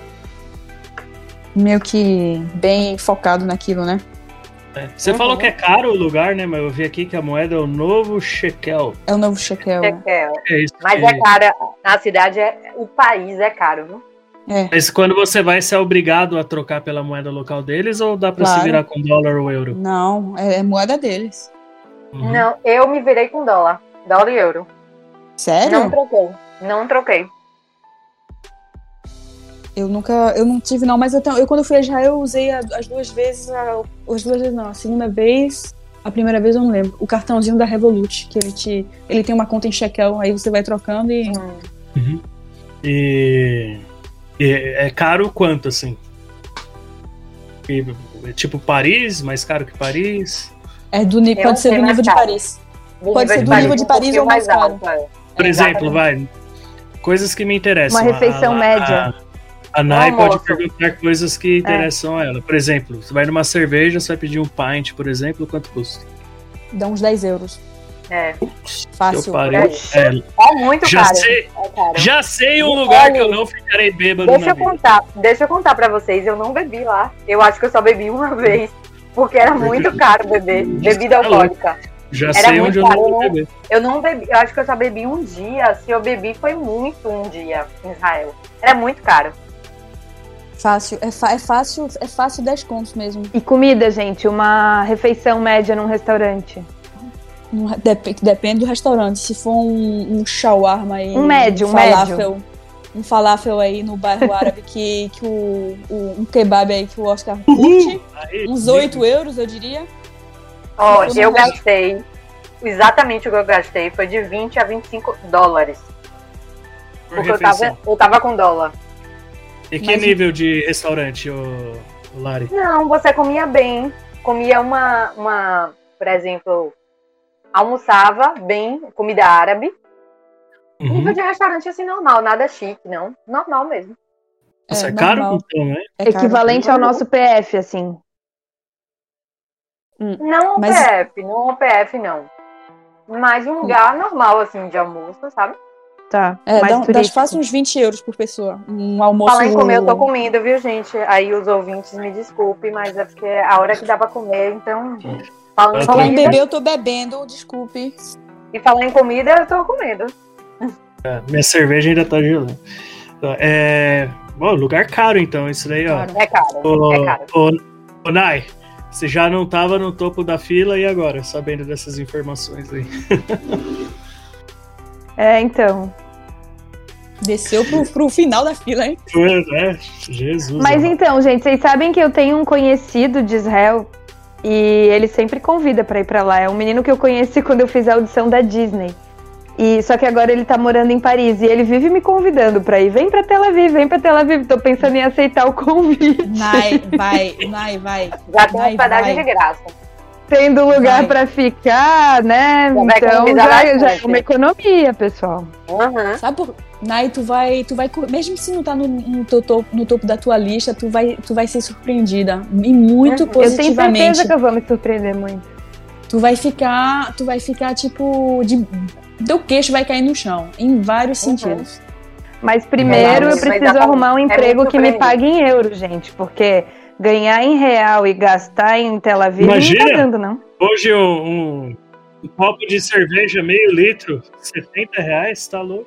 bem focado naquilo, né? Você falou que é caro o lugar, né? Mas eu vi aqui que a moeda é o novo shekel. É o novo shekel. É isso. Mas é caro. Na cidade, o país é caro, viu? Mas quando você vai, você é obrigado a trocar pela moeda local deles ou dá pra se virar com dólar ou euro? Não, é moeda deles. Não, eu me virei com dólar e euro. Sério? Não troquei. Eu não tive não, mas eu quando eu fui a Israel eu usei as 2 vezes, a segunda vez, a primeira vez eu não lembro, o cartãozinho da Revolut, que ele tem uma conta em shekel, aí você vai trocando e... E é caro quanto, assim? Tipo Paris, mais caro que Paris? Pode ser do nível de Paris. Pode ser do nível de Paris ou mais caro. Por exemplo, coisas que me interessam. Uma refeição média. A Nai pode Almoço. perguntar coisas que interessam a ela. Por exemplo, você vai numa cerveja, você vai pedir um pint, por exemplo, quanto custa? Dá uns 10 euros. É. Fácil. Eu parei. É muito Já caro. sei. É caro. Já sei um lugar Olha, que eu não ficarei bêbado Deixa na eu vida. deixa eu contar pra vocês, eu não bebi lá. Eu acho que eu só bebi uma vez, porque era muito caro beber. Bebida alcoólica. Já Era sei muito onde eu caro, não vou beber. Eu não bebi, eu acho que eu só bebi um dia. Se eu bebi, foi muito um dia em Israel. Era muito caro. Fácil. É fácil 10 contos mesmo. E comida, gente, uma refeição média num restaurante. Depende do restaurante. Se for um shawarma aí. Um médio. Um falafel aí no bairro árabe que um kebab aí que o Oscar curte. Aí, Uns 8 euros, eu diria. Ó, Eu eu não gastei, exatamente o que eu gastei foi de 20 a 25 dólares. por Porque refeição. eu tava com dólar. E que Mas- nível de restaurante, ô Lari? Não, você comia bem. Comia uma, por exemplo, almoçava bem, comida árabe. Uhum. Nível de restaurante assim normal, nada chique, não. Normal mesmo. Nossa, é caro normal. então, né? É caro. Equivalente ao nosso PF, assim. Não Mas- o PF não. Mas um lugar normal assim de almoço, sabe? Tá. É, mais dá turístico. fácil uns 20 euros por pessoa. Um almoço. Falar em comer, eu tô comendo, viu, gente? Aí os ouvintes me desculpem, mas é porque é a hora que dá pra comer, então. Falando em Falar em comida, beber, eu tô bebendo, desculpe. e falar em comida, eu tô comendo. Minha cerveja ainda tá gelando. Bom, lugar caro então, isso daí, ó. Caro. É caro, Ô, é caro. ô, Nai, você já não tava no topo da fila e agora, sabendo dessas informações aí? Então. Desceu pro final da fila, hein? Jesus. Mas amado. então, gente, vocês sabem que eu tenho um conhecido de Israel e ele sempre convida pra ir pra lá. É um menino que eu conheci quando eu fiz a audição da Disney. E só que agora ele tá morando em Paris e ele vive me convidando pra ir. Vem pra Tel Aviv. Tô pensando em aceitar o convite. Vai. Já tem Vai, hospedagem vai. de graça. Tendo lugar Vai. pra ficar, né? Já vai Então economizar já é bastante. uma economia, pessoal. Uhum. Sabe por... Nai, tu vai, mesmo se não tá no topo da tua lista, tu vai ser surpreendida. E muito Eu tenho Eu tenho positivamente. certeza que eu vou me surpreender muito. Tu vai ficar tipo, teu queixo vai cair no chão, em vários sentidos. Mas primeiro Mas eu preciso dá pra- arrumar um é emprego muito que me surpreendente. pague em euro, gente. Porque ganhar em real e gastar em Tel Aviv Imagina. não tá dando, não. Hoje um copo de cerveja, meio litro, R$70, tá louco?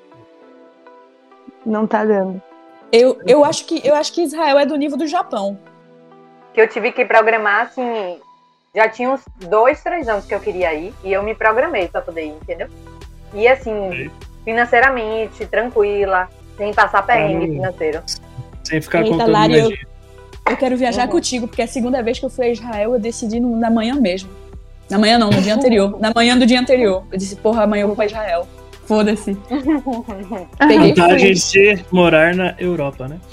Não tá dando. Eu acho que Israel é do nível do Japão. Que eu tive que programar, assim, já tinha uns 2, 3 anos que eu queria ir, e eu me programei pra poder ir, entendeu? E assim, Sim. financeiramente, tranquila, sem passar perrengue financeiro. Sem ficar Eita, contando Lari, mais dinheiro. Eu quero viajar contigo, porque é a segunda vez que eu fui a Israel, eu decidi na manhã mesmo. Na manhã não, no dia anterior. Na manhã do dia anterior. Eu disse, porra, amanhã eu vou pra Israel. Foda-se. Peguei e fui. Vantagens de morar na Europa, né?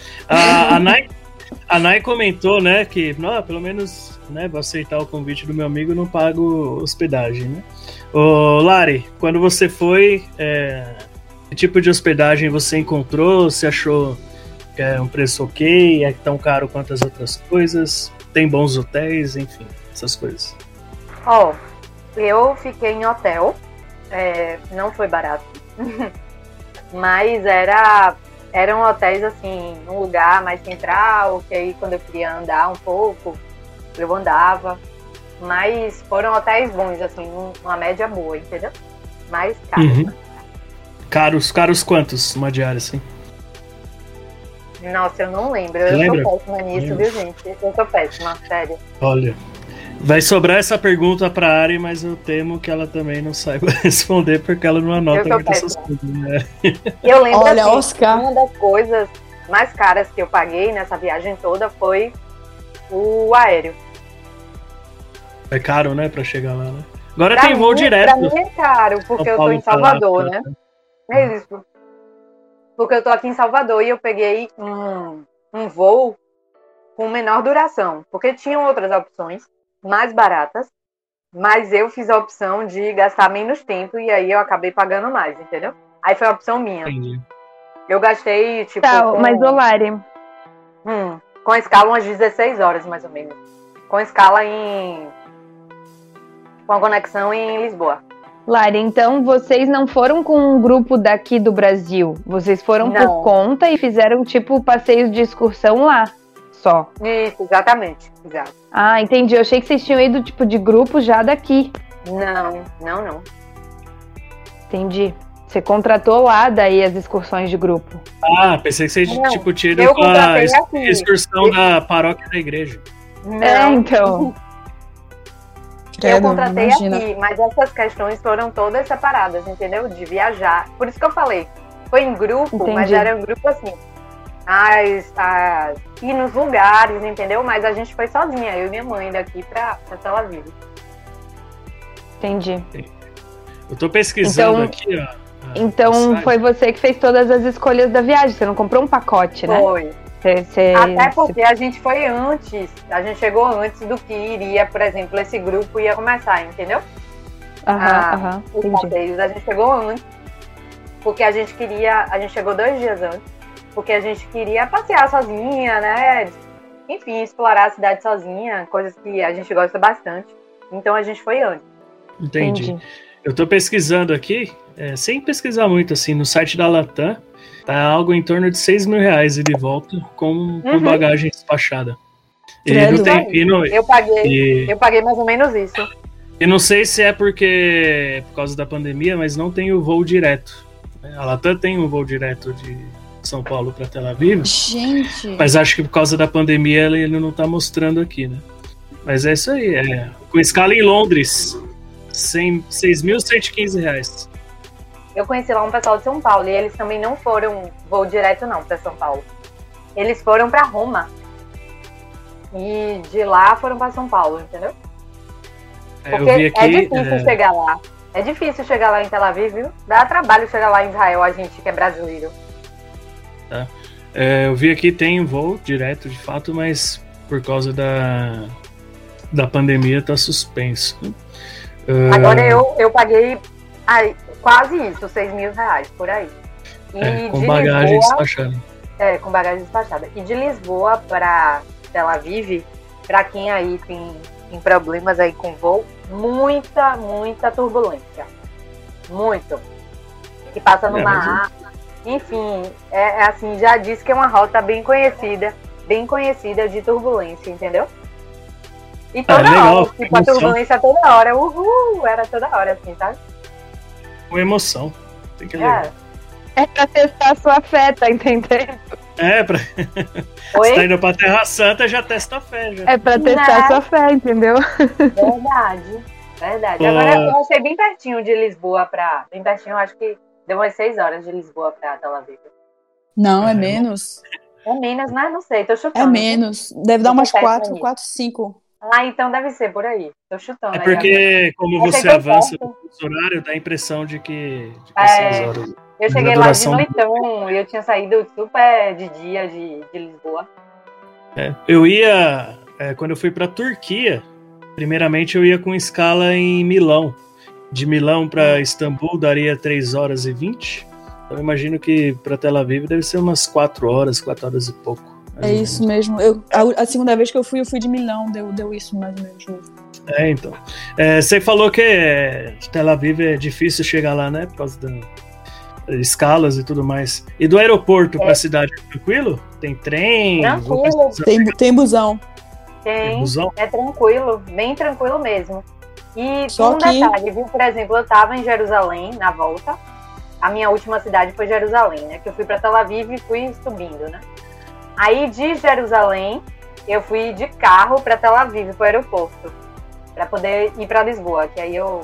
A Nai comentou, né, que pelo menos, né, vou aceitar o convite do meu amigo, não pago hospedagem, né? Ô, Lari, quando você foi, que tipo de hospedagem você encontrou? Você achou que é um preço ok? É tão caro quanto as outras coisas? Tem bons hotéis? Enfim, essas coisas. Ó, eu fiquei em hotel, não foi barato, mas eram hotéis assim, num lugar mais central, que aí quando eu queria andar um pouco, eu andava, mas foram hotéis bons, assim, uma média boa, entendeu? Mais caro. Uhum. Caros quantos uma diária, assim? Nossa, eu não lembro, Você eu lembra? sou péssima nisso, viu, gente? Eu sou péssima, sério. Olha, vai sobrar essa pergunta pra Ari, mas eu temo que ela também não saiba responder, porque ela não anota Eu sou muito essas péssima. coisas, né? Eu lembro, Olha, assim, Oscar. uma das coisas mais caras que eu paguei nessa viagem toda foi o aéreo. É caro, né, pra chegar lá, né? Agora Pra tem voo mim, direto. Pra mim é caro, porque eu tô Paulo em pra lá, Salvador, pra- né? É isso. Porque eu tô aqui em Salvador e eu peguei um voo com menor duração. Porque tinham outras opções mais baratas, mas eu fiz a opção de gastar menos tempo e aí eu acabei pagando mais, entendeu? Aí foi a opção minha. Entendi. Eu gastei, tipo. Tá, mas ô Lari, Com escala umas 16 horas, mais ou menos. Com escala em. Com a conexão em Lisboa. Lari, então vocês não foram com um grupo daqui do Brasil. Vocês foram Não. por conta e fizeram, tipo, passeios de excursão lá, só. Isso, exatamente. Exato. Ah, entendi. Eu achei que vocês tinham ido, tipo, de grupo já daqui. Não. Entendi. Você contratou lá, daí, as excursões de grupo. Ah, pensei que você Não, tipo, tinha ido eu com a contratei aqui. excursão da paróquia da igreja. Não. Então. Eu Credo, contratei imagina. aqui, mas essas questões foram todas separadas, entendeu? De viajar. Por isso que eu falei. Foi em grupo, Entendi. mas era um grupo assim. Ir nos lugares, entendeu? Mas a gente foi sozinha, eu e minha mãe, daqui pra Tel Aviv. Entendi. Eu tô pesquisando Então- aqui, ó. Então passagem. foi você que fez todas as escolhas da viagem. Você não comprou um pacote, né? Foi. Você- Até porque a gente foi antes. A gente chegou antes do que iria, por exemplo, esse grupo ia começar, entendeu? Aham, Os entendi. passeios. A gente chegou antes. Porque a gente queria. A gente chegou 2 dias antes. Porque a gente queria passear sozinha, né? Enfim, explorar a cidade sozinha. Coisas que a gente gosta bastante. Então a gente foi antes. Entendi. Eu tô pesquisando aqui, sem pesquisar muito, assim, no site da Latam, tá algo em torno de R$6.000 ide e volta com bagagem despachada. E Credo. não tem, Eu paguei mais ou menos isso. e não sei se é porque é por causa da pandemia, mas não tem o voo direto. A Latam tem um voo direto de São Paulo para Tel Aviv, Gente. mas acho que por causa da pandemia ele não tá mostrando aqui, né? Mas é isso aí, com escala em Londres, R$6.115. Eu conheci lá um pessoal de São Paulo e eles também não foram voo direto não para São Paulo. Eles foram para Roma. E de lá foram para São Paulo, entendeu? Eu Porque vi aqui, é difícil chegar lá. É difícil chegar lá em Tel Aviv, viu? Dá trabalho chegar lá em Israel, a gente que é brasileiro. eu vi aqui tem um voo direto de fato, mas por causa da pandemia tá suspenso. Agora eu paguei quase isso, R$6.000 por aí. E com de bagagem Lisboa, despachada. com bagagem despachada. E de Lisboa para Tel Aviv, para quem aí tem problemas aí com voo, muita turbulência. Muito. Que passa numa enfim, assim, já disse que é uma rota bem conhecida de turbulência, entendeu? E toda legal, hora, tipo, a turbulência toda hora, era toda hora, assim, sabe? Com emoção. Tem que levar. É pra testar a sua fé, tá entendendo? Você tá indo pra Terra Santa, já testa a fé, já. É pra testar a sua fé, entendeu? Verdade. Agora eu achei bem pertinho de Lisboa bem pertinho, acho que deu umas 6 horas de Lisboa pra Tel Aviv. Não, é menos. É menos, né? Não sei, tô chutando. É menos. Deve dar umas Tô 4, perto 5. Então deve ser por aí. Tô chutando. É porque, como Eu você cheguei avança perto. no horário, dá a impressão de que 6 horas. Eu cheguei Na lá de duração- noitão e eu tinha saído super de dia de Lisboa. Eu ia, quando eu fui pra Turquia, primeiramente eu ia com escala em Milão. De Milão pra Istambul daria 3 horas e 20. Então eu imagino que pra Tel Aviv deve ser umas 4 horas e pouco. mais É ou isso mesmo. A segunda vez que eu fui de Milão, deu isso mais ou menos. Mesmo. Então. Você falou que Tel Aviv é difícil chegar lá, né? Por causa das escalas e tudo mais. E do aeroporto pra cidade é tranquilo? Tem trem? Tranquilo. Tem busão. Tem busão? É tranquilo, bem tranquilo mesmo. E Só um que- detalhe, viu? Por exemplo, eu tava em Jerusalém na volta. A minha última cidade foi Jerusalém, né? Que eu fui pra Tel Aviv e fui subindo, né? Aí de Jerusalém, eu fui de carro pra Tel Aviv, pro aeroporto. Pra poder ir pra Lisboa, que aí eu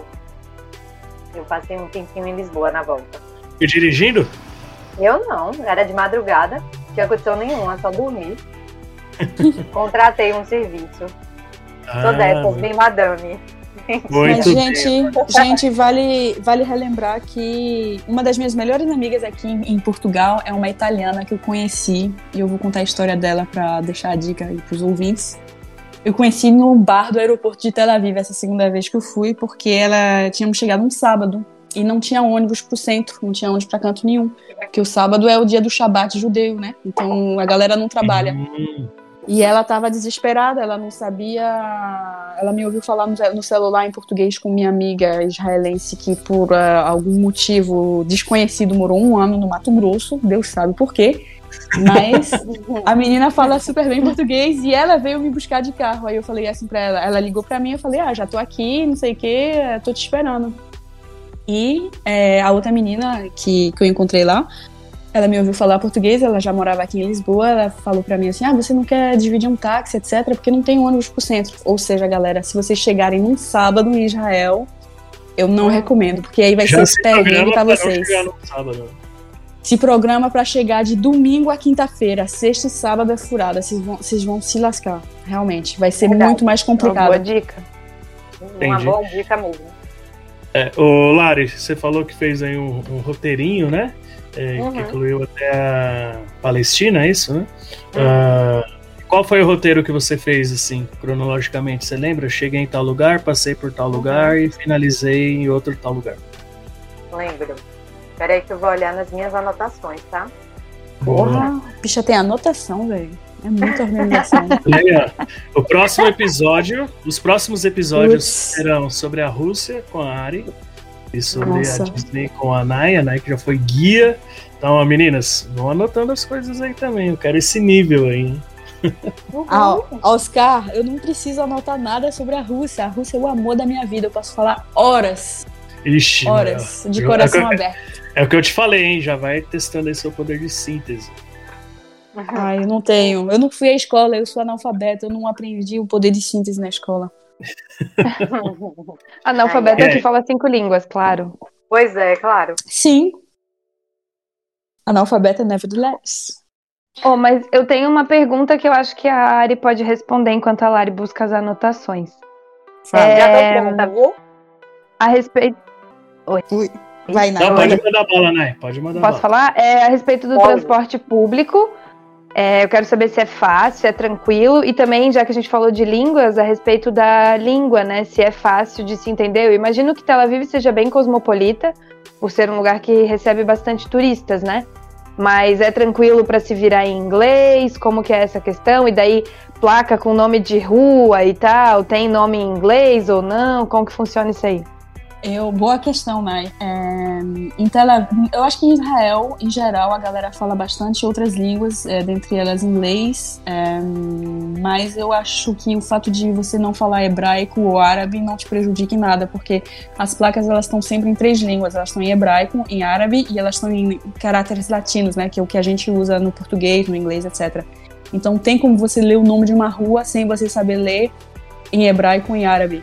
passei um tempinho em Lisboa na volta. E dirigindo? Eu não, era de madrugada, não tinha condição nenhuma, só dormir. Contratei um serviço. Sou dessas, bem madame. Mas, Muito bem. gente, vale relembrar que uma das minhas melhores amigas aqui em Portugal é uma italiana que eu conheci, e eu vou contar a história dela pra deixar a dica aí pros ouvintes. Eu conheci no bar do aeroporto de Tel Aviv essa segunda vez que eu fui, porque tínhamos chegado um sábado e não tinha ônibus pro centro, não tinha ônibus pra canto nenhum. Porque o sábado é o dia do Shabat judeu, né? Então a galera não trabalha. E ela tava desesperada, ela não sabia. Ela me ouviu falar no celular em português com minha amiga israelense que, por algum motivo desconhecido, morou 1 ano no Mato Grosso, Deus sabe por quê. Mas a menina fala super bem português e ela veio me buscar de carro. Aí eu falei assim pra ela, ela ligou pra mim, eu falei, já tô aqui, não sei o que, tô te esperando. E a outra menina que eu encontrei lá, ela me ouviu falar português, ela já morava aqui em Lisboa, ela falou pra mim assim, você não quer dividir um táxi, etc, porque não tem ônibus pro centro. Ou seja, galera, se vocês chegarem num sábado em Israel, eu não recomendo, porque aí vai ser perrengue pra vocês. Se programa pra chegar de domingo a quinta-feira, sexta e sábado é furada, vocês vão se lascar, realmente, vai ser muito mais complicado. Uma boa dica. Uma boa dica mesmo. Ô Lari, você falou que fez aí um roteirinho, né? Que incluiu até a Palestina, é isso, né? Qual foi o roteiro que você fez, assim, cronologicamente? Você lembra? Eu cheguei em tal lugar, passei por tal lugar e finalizei em outro tal lugar. Lembro. Peraí que eu vou olhar nas minhas anotações, tá? Porra, bicha tem anotação, velho. É muita organização. O próximo episódio, os próximos episódios serão sobre a Rússia com a Ari e sobre a Disney com a Nai que já foi guia. Então, meninas, vão anotando as coisas aí também. Eu quero esse nível aí, hein? Oscar, eu não preciso anotar nada sobre a Rússia. A Rússia é o amor da minha vida. Eu posso falar horas. Ixi, horas de coração aberto. É o que eu te falei, hein? Já vai testando aí seu poder de síntese. Eu não tenho. Eu não fui à escola, eu sou analfabeta. Eu não aprendi o poder de síntese na escola. Analfabeta é que fala 5 línguas, claro. Pois é, claro. Sim. Analfabeta nevertheless. Mas eu tenho uma pergunta que eu acho que a Ari pode responder enquanto a Lari busca as anotações. Já tô pronta, viu? A respeito... Ui. Vai, Nai. Não, pode mandar bola, Nai. Pode mandar Posso falar? A respeito do transporte público. Eu quero saber se é fácil, se é tranquilo. E também, já que a gente falou de línguas, a respeito da língua, né? Se é fácil de se entender. Eu imagino que Tel Aviv seja bem cosmopolita, por ser um lugar que recebe bastante turistas, né? Mas é tranquilo para se virar em inglês? Como que é essa questão? E daí, placa com nome de rua e tal, tem nome em inglês ou não? Como que funciona isso aí? Boa questão, Nai. Eu acho que em Israel, em geral, a galera fala bastante outras línguas, dentre elas inglês, mas eu acho que o fato de você não falar hebraico ou árabe não te prejudica em nada, porque as placas elas estão sempre em 3 línguas, elas estão em hebraico, em árabe e elas estão em caracteres latinos, né, que é o que a gente usa no português, no inglês, etc. Então tem como você ler o nome de uma rua sem você saber ler em hebraico ou em árabe.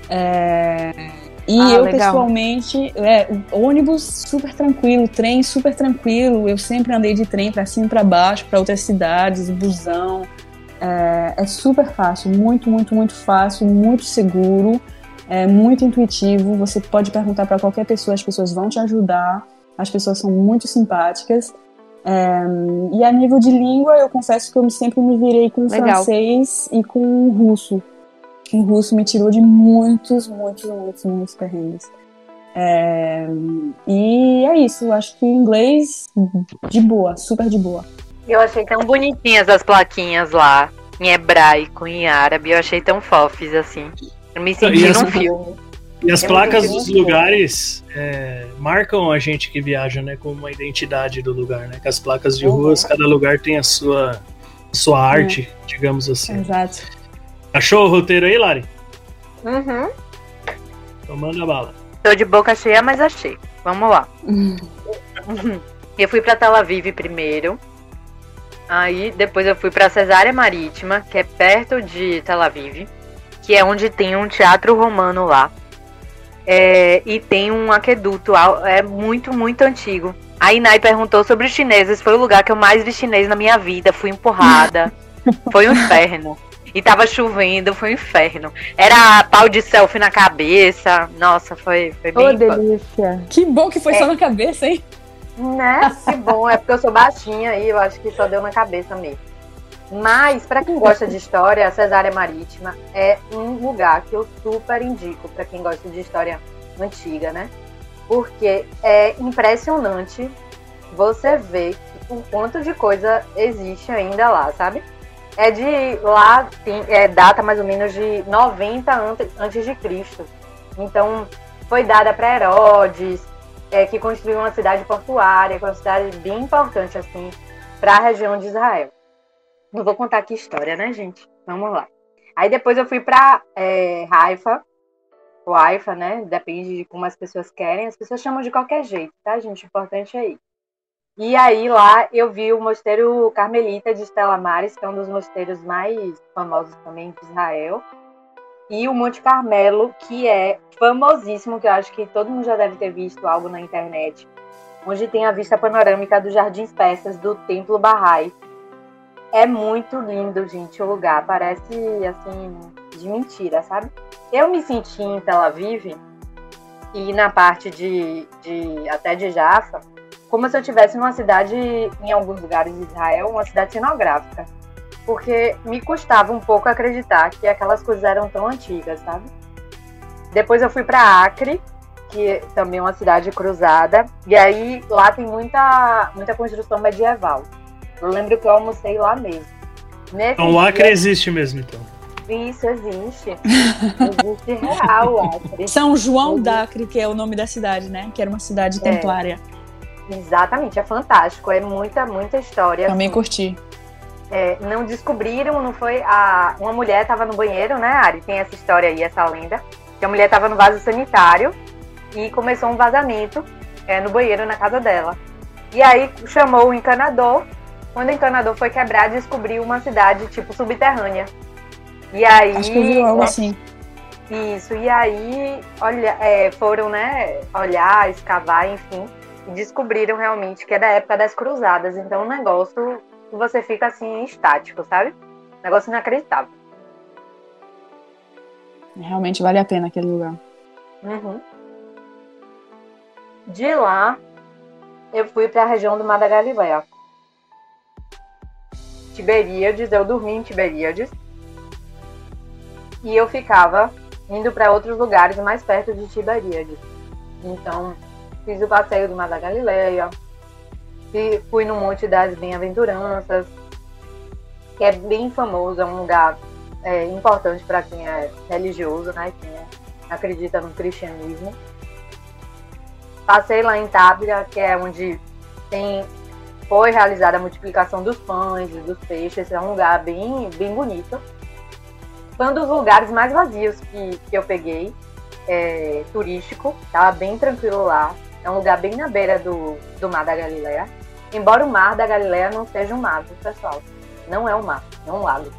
Eu, legal. Pessoalmente, ônibus super tranquilo, trem super tranquilo. Eu sempre andei de trem pra cima e pra baixo, pra outras cidades, busão. É super fácil, muito, muito, muito fácil, muito seguro, muito intuitivo. Você pode perguntar pra qualquer pessoa, as pessoas vão te ajudar. As pessoas são muito simpáticas. E a nível de língua, eu confesso que eu sempre me virei com francês e com russo. O russo me tirou de muitos perrengues. E é isso, eu acho que em inglês, de boa, super de boa. Eu achei tão bonitinhas as plaquinhas lá, em hebraico, em árabe, eu achei tão fofes, assim. Eu me senti num filme. E as placas dos lugares marcam a gente que viaja, né, como uma identidade do lugar, né? Que as placas de ruas, cada lugar tem a sua arte, digamos assim. Exato. Achou o roteiro aí, Lari? Então manda bala. Tô de boca cheia, mas achei. Vamos lá. Eu fui pra Tel Aviv primeiro. Aí depois eu fui pra Cesárea Marítima, que é perto de Tel Aviv, que é onde tem um teatro romano lá. E tem um aqueduto, muito, muito antigo. A Inai perguntou sobre os chineses. Foi o lugar que eu mais vi chinês na minha vida. Fui empurrada. Foi um inferno. E tava chovendo, foi um inferno. Era pau de selfie na cabeça. Nossa, foi bem... Oh, delícia. Que bom que foi só na cabeça, hein? Né? Que bom. É porque eu sou baixinha e eu acho que só deu na cabeça mesmo. Mas, pra quem gosta de história, a Cesárea Marítima é um lugar que eu super indico pra quem gosta de história antiga, né? porque é impressionante você ver o quanto de coisa existe ainda lá, sabe? Data mais ou menos de 90 antes de Cristo. Então, foi dada para Herodes, que construiu uma cidade portuária, que é uma cidade bem importante, assim, para a região de Israel. Não vou contar aqui história, né, gente? Vamos lá. Aí depois eu fui para Haifa, ou Haifa, né? Depende de como as pessoas querem. As pessoas chamam de qualquer jeito, tá, gente? O importante é ir. E aí lá eu vi o Mosteiro Carmelita de Stella Maris, que é um dos mosteiros mais famosos também de Israel. E o Monte Carmelo, que é famosíssimo, que eu acho que todo mundo já deve ter visto algo na internet, onde tem a vista panorâmica dos Jardins Persas do Templo Bahá'í. É muito lindo, gente, o lugar. Parece, assim, de mentira, sabe? Eu me senti em Tel Aviv e na parte até de Jaffa, como se eu estivesse numa cidade, em alguns lugares de Israel, uma cidade cenográfica. Porque me custava um pouco acreditar que aquelas coisas eram tão antigas, sabe? Depois eu fui para Acre, que também é uma cidade cruzada, e aí lá tem muita construção medieval. Eu lembro que eu almocei lá mesmo. Então o Acre existe mesmo, então. Isso, existe. Existe real o Acre. São João d'Acre, que é o nome da cidade, né? Que era uma cidade templária. Exatamente, é fantástico. É muita história. Também assim. curti. Não descobriram, não foi... Uma mulher estava no banheiro, né, Ari? Tem essa história aí, essa lenda. Que a mulher estava no vaso sanitário e começou um vazamento no banheiro na casa dela. E aí chamou o encanador. Quando o encanador foi quebrar, descobriu uma cidade, tipo, subterrânea. E aí... Acho que eu vi algo assim. Isso, e aí foram, né, olhar, escavar, enfim, e descobriram realmente que é da época das cruzadas. Então, um negócio que você fica, assim, estático, sabe? Um negócio inacreditável. Realmente vale a pena aquele lugar. Uhum. De lá, eu fui para a região do Mar da Galileia. Tiberíades, eu dormi em Tiberíades. E eu ficava indo para outros lugares mais perto de Tiberíades. Então, fiz o passeio do Mar da Galileia, fui no Monte das Bem-aventuranças, que é bem famoso, é um lugar importante para quem é religioso, né? Quem acredita no cristianismo. Passei lá em Tábira, que é onde foi realizada a multiplicação dos pães e dos peixes. É um lugar bem bonito. Foi um dos lugares mais vazios que eu peguei, turístico. Tava bem tranquilo lá. É um lugar bem na beira do Mar da Galileia. Embora o Mar da Galileia não seja um mar, pessoal. Não é um mar, é um lago.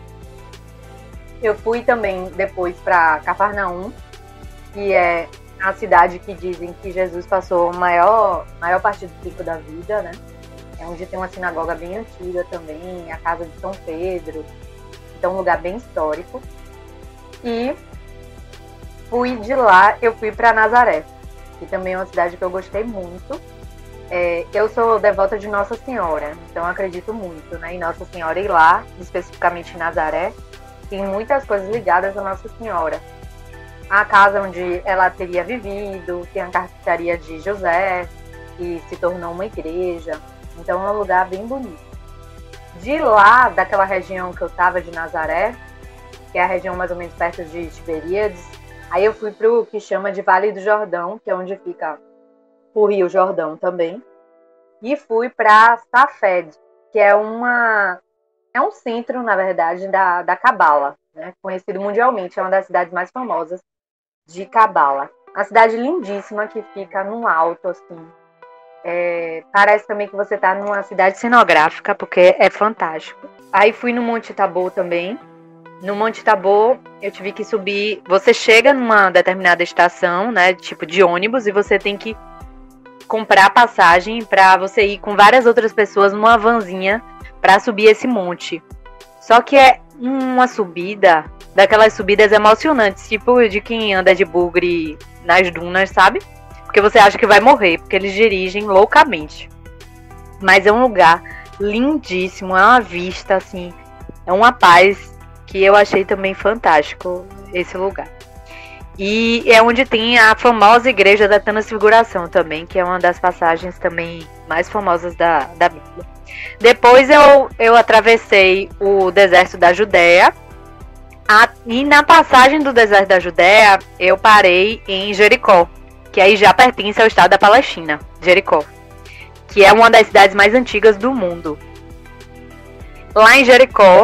Eu fui também depois para Cafarnaum, que é a cidade que dizem que Jesus passou a maior parte do tempo da vida, né? É onde tem uma sinagoga bem antiga também, a casa de São Pedro. Então, um lugar bem histórico. E de lá, eu fui para Nazaré, que também é uma cidade que eu gostei muito. Eu sou devota de Nossa Senhora, então eu acredito muito, né, em Nossa Senhora. E lá, especificamente em Nazaré, tem muitas coisas ligadas a Nossa Senhora. A casa onde ela teria vivido, tem a carpintaria de José, que se tornou uma igreja. Então é um lugar bem bonito. De lá, daquela região que eu estava de Nazaré, que é a região mais ou menos perto de Tiberíades, aí eu fui para o que chama de Vale do Jordão, que é onde fica o Rio Jordão também. E fui para Safed, que é um centro, na verdade, da Cabala, né? Conhecido mundialmente, é uma das cidades mais famosas de Cabala. Uma cidade lindíssima que fica num alto, assim. Parece também que você está numa cidade cenográfica, porque é fantástico. Aí fui no Monte Tabor também. No Monte Tabor, eu tive que subir. Você chega numa determinada estação, né, tipo de ônibus, e você tem que comprar passagem para você ir com várias outras pessoas numa vanzinha para subir esse monte. Só que é uma subida, daquelas subidas emocionantes, tipo de quem anda de bugre nas dunas, sabe? Porque você acha que vai morrer, porque eles dirigem loucamente. Mas é um lugar lindíssimo, é uma vista, assim, é uma paz que eu achei também fantástico, esse lugar. E é onde tem a famosa igreja da Transfiguração também, que é uma das passagens também mais famosas da Bíblia. Depois eu atravessei o deserto da Judéia. E na passagem do deserto da Judéia, eu parei em Jericó, que aí já pertence ao estado da Palestina, Jericó, que é uma das cidades mais antigas do mundo. Lá em Jericó,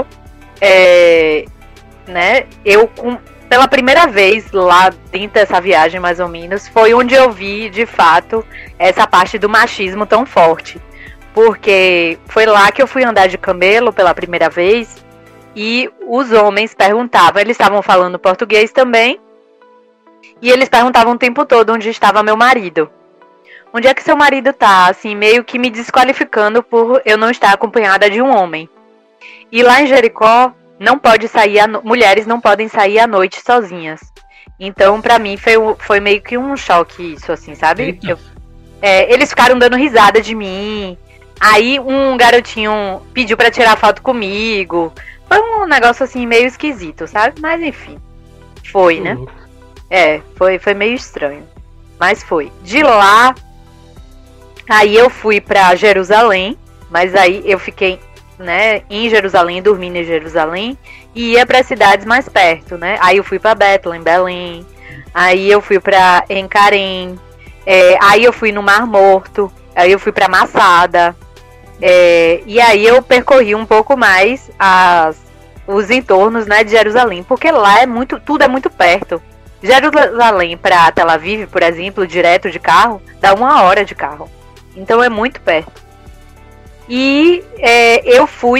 pela primeira vez lá dentro dessa viagem, mais ou menos, foi onde eu vi, de fato, essa parte do machismo tão forte. Porque foi lá que eu fui andar de camelo pela primeira vez e os homens perguntavam, eles estavam falando português também, e eles perguntavam o tempo todo onde estava meu marido. Onde é que seu marido tá? Assim, meio que me desqualificando por eu não estar acompanhada de um homem. E lá em Jericó, não pode sair mulheres não podem sair à noite sozinhas. Então, pra mim, foi meio que um choque isso, assim, sabe? Eles ficaram dando risada de mim. Aí um garotinho pediu pra tirar foto comigo. Foi um negócio assim meio esquisito, sabe? Mas enfim, foi, né? Foi meio estranho. Mas foi. De lá, aí eu fui pra Jerusalém. Mas aí eu fiquei, né, em Jerusalém, dormindo em Jerusalém. E ia para cidades mais perto, né? Aí eu fui pra Bethlehem, Belém. Aí eu fui pra Encarém. Aí eu fui no Mar Morto. Aí eu fui pra Massada. E aí eu percorri um pouco mais os entornos, né, de Jerusalém, porque lá tudo é muito perto. Jerusalém para Tel Aviv, por exemplo, direto de carro, dá 1 hora de carro. Então é muito perto. E eu fui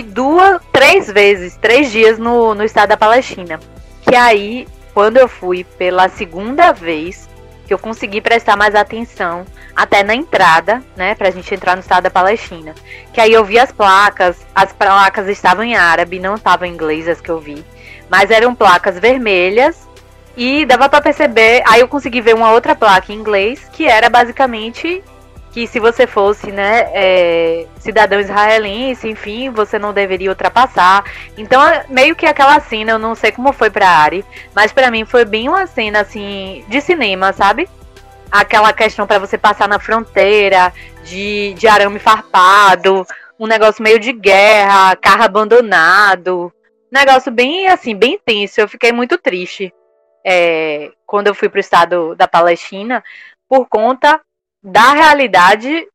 3 dias no estado da Palestina. Que aí, quando eu fui pela segunda vez, que eu consegui prestar mais atenção até na entrada, né, pra gente entrar no estado da Palestina. Que aí eu vi as placas estavam em árabe, não estavam em inglês as que eu vi, mas eram placas vermelhas e dava pra perceber, aí eu consegui ver uma outra placa em inglês, que era basicamente que se você fosse, né, cidadão israelense, enfim, você não deveria ultrapassar. Então, meio que aquela cena, eu não sei como foi pra Ari, mas pra mim foi bem uma cena, assim, de cinema, sabe? Aquela questão pra você passar na fronteira, de arame farpado, um negócio meio de guerra, carro abandonado, negócio bem, assim, bem tenso. Eu fiquei muito triste quando eu fui pro estado da Palestina, por conta da realidade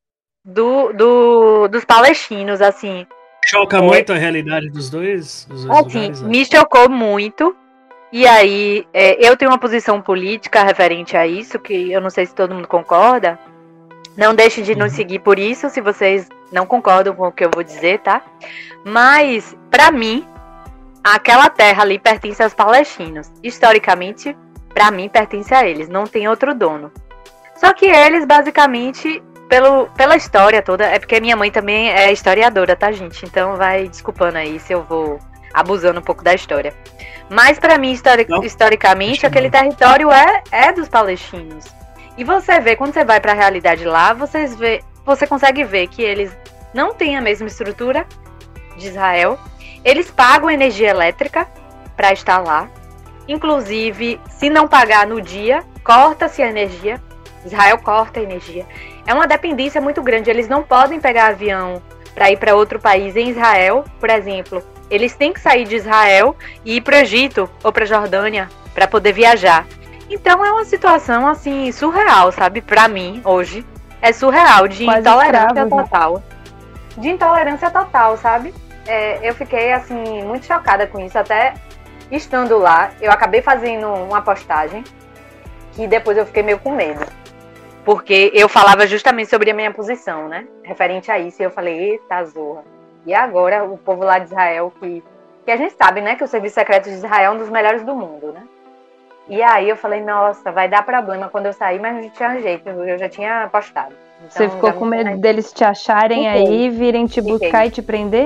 dos palestinos, assim. Choca muito a realidade dos dois assim, lugares, né? Me chocou muito. E aí, eu tenho uma posição política referente a isso, que eu não sei se todo mundo concorda. Não deixe de nos seguir por isso, se vocês não concordam com o que eu vou dizer, tá? Mas, pra mim, aquela terra ali pertence aos palestinos. Historicamente, pra mim, pertence a eles. Não tem outro dono. Só que eles, basicamente, pela história toda... É porque minha mãe também é historiadora, tá, gente? Então vai desculpando aí se eu vou abusando um pouco da história. Mas pra mim, historicamente, aquele território é dos palestinos. E você vê, quando você vai pra realidade lá, você consegue ver que eles não têm a mesma estrutura de Israel. Eles pagam energia elétrica pra estar lá. Inclusive, se não pagar no dia, corta-se a energia. Israel corta a energia. É uma dependência muito grande. Eles não podem pegar avião para ir para outro país em Israel, por exemplo. Eles têm que sair de Israel e ir para o Egito ou para a Jordânia para poder viajar. Então é uma situação assim surreal, sabe? Para mim, hoje, é surreal, de quase intolerância total. De intolerância total, sabe? Eu fiquei assim muito chocada com isso. Até estando lá, eu acabei fazendo uma postagem que depois eu fiquei meio com medo. Porque eu falava justamente sobre a minha posição, né? Referente a isso. E eu falei, eita zorra. E agora o povo lá de Israel, que a gente sabe, né? Que o Serviço Secreto de Israel é um dos melhores do mundo, né? E aí eu falei, nossa, vai dar problema quando eu sair, mas não tinha jeito. Eu já tinha postado. Então, você ficou com medo deles te acharem aí, virem te buscar e te prender?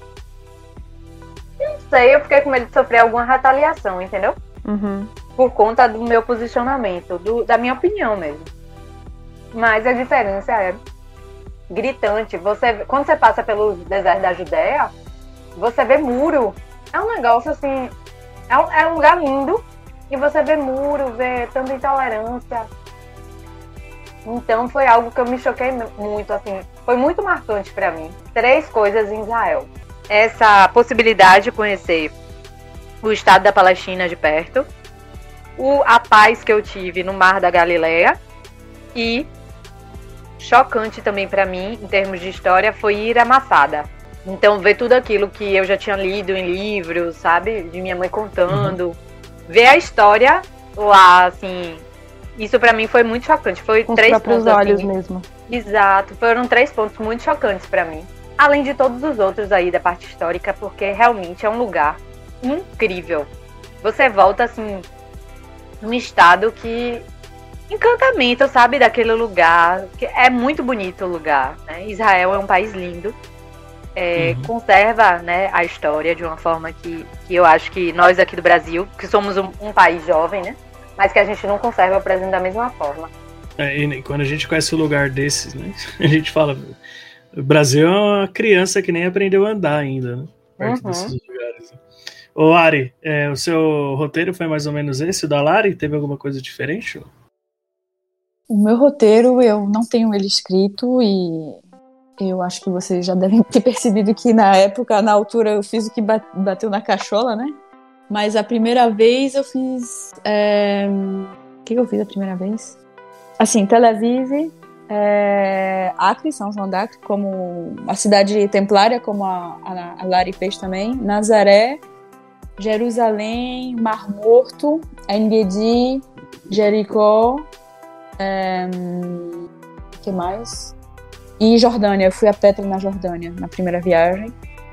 Não sei, eu fiquei com medo de sofrer alguma retaliação, entendeu? Uhum. Por conta do meu posicionamento, da minha opinião mesmo. Mas a diferença é gritante. Quando você passa pelo deserto da Judéia, você vê muro. É um negócio assim... É um lugar lindo. E você vê muro, vê tanta intolerância. Então foi algo que eu me choquei muito, assim, foi muito marcante para mim. 3 coisas em Israel. Essa possibilidade de conhecer o estado da Palestina de perto, a paz que eu tive no Mar da Galileia e chocante também para mim, em termos de história, foi ir a Masada. Então ver tudo aquilo que eu já tinha lido em livros, sabe, de minha mãe contando, ver a história lá, assim. Isso pra mim foi muito chocante. Foi Com 3 os próprios pontos olhos assim, mesmo. Exato, foram 3 pontos muito chocantes pra mim. Além de todos os outros aí da parte histórica, porque realmente é um lugar incrível. Você volta assim num estado que encantamento, sabe, daquele lugar. Que é muito bonito o lugar, né? Israel é um país lindo. Conserva, né, a história de uma forma que eu acho que nós aqui do Brasil, que somos um país jovem, né? Mas que a gente não conserva o presente da mesma forma. E quando a gente conhece um lugar desses, né? A gente fala, o Brasil é uma criança que nem aprendeu a andar ainda, né? Perto desses lugares. Ô, Ari, o seu roteiro foi mais ou menos esse? O da Lari? Teve alguma coisa diferente? O meu roteiro, eu não tenho ele escrito e eu acho que vocês já devem ter percebido que na altura, eu fiz o que bateu na cachola, né? Mas a primeira vez eu fiz... O que eu fiz a primeira vez? Assim, Tel Aviv, Acre, São João d'Acre, como a cidade templária, como a Lari fez também. Nazaré, Jerusalém, Mar Morto, En-Gedi, Jericó, que mais? E Jordânia, eu fui a Petra na Jordânia, na primeira viagem.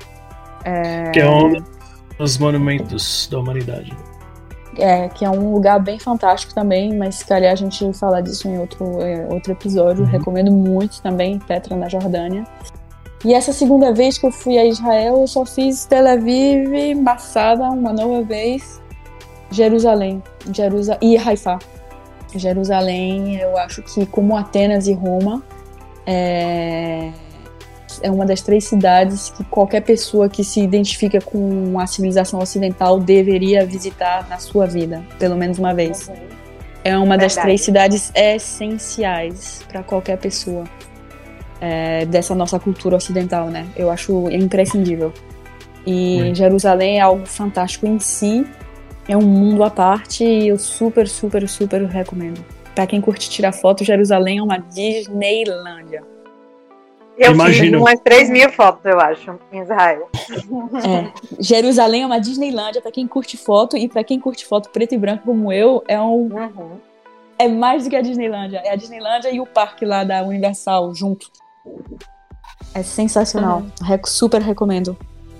Que é um dos monumentos da humanidade. Que é um lugar bem fantástico também, mas se calhar a gente falar disso em outro episódio. Recomendo muito também Petra na Jordânia. E essa segunda vez que eu fui a Israel, eu só fiz Tel Aviv, Masada, uma nova vez, Jerusalém e Haifa. Jerusalém, eu acho que como Atenas e Roma, é uma das 3 cidades que qualquer pessoa que se identifica com a civilização ocidental deveria visitar na sua vida, pelo menos uma vez. É uma das 3 cidades essenciais para qualquer pessoa dessa nossa cultura ocidental, né? Eu acho imprescindível. E Jerusalém é algo fantástico em si, é um mundo à parte e eu super, super, super recomendo. Para quem curte tirar foto, Jerusalém é uma Disneylândia. Eu fiz umas 3.000 fotos, eu acho, em Israel. Jerusalém é uma Disneylândia para quem curte foto, e para quem curte foto preto e branco como eu, é mais do que a Disneylândia. É a Disneylândia e o parque lá da Universal junto. É sensacional. Super recomendo.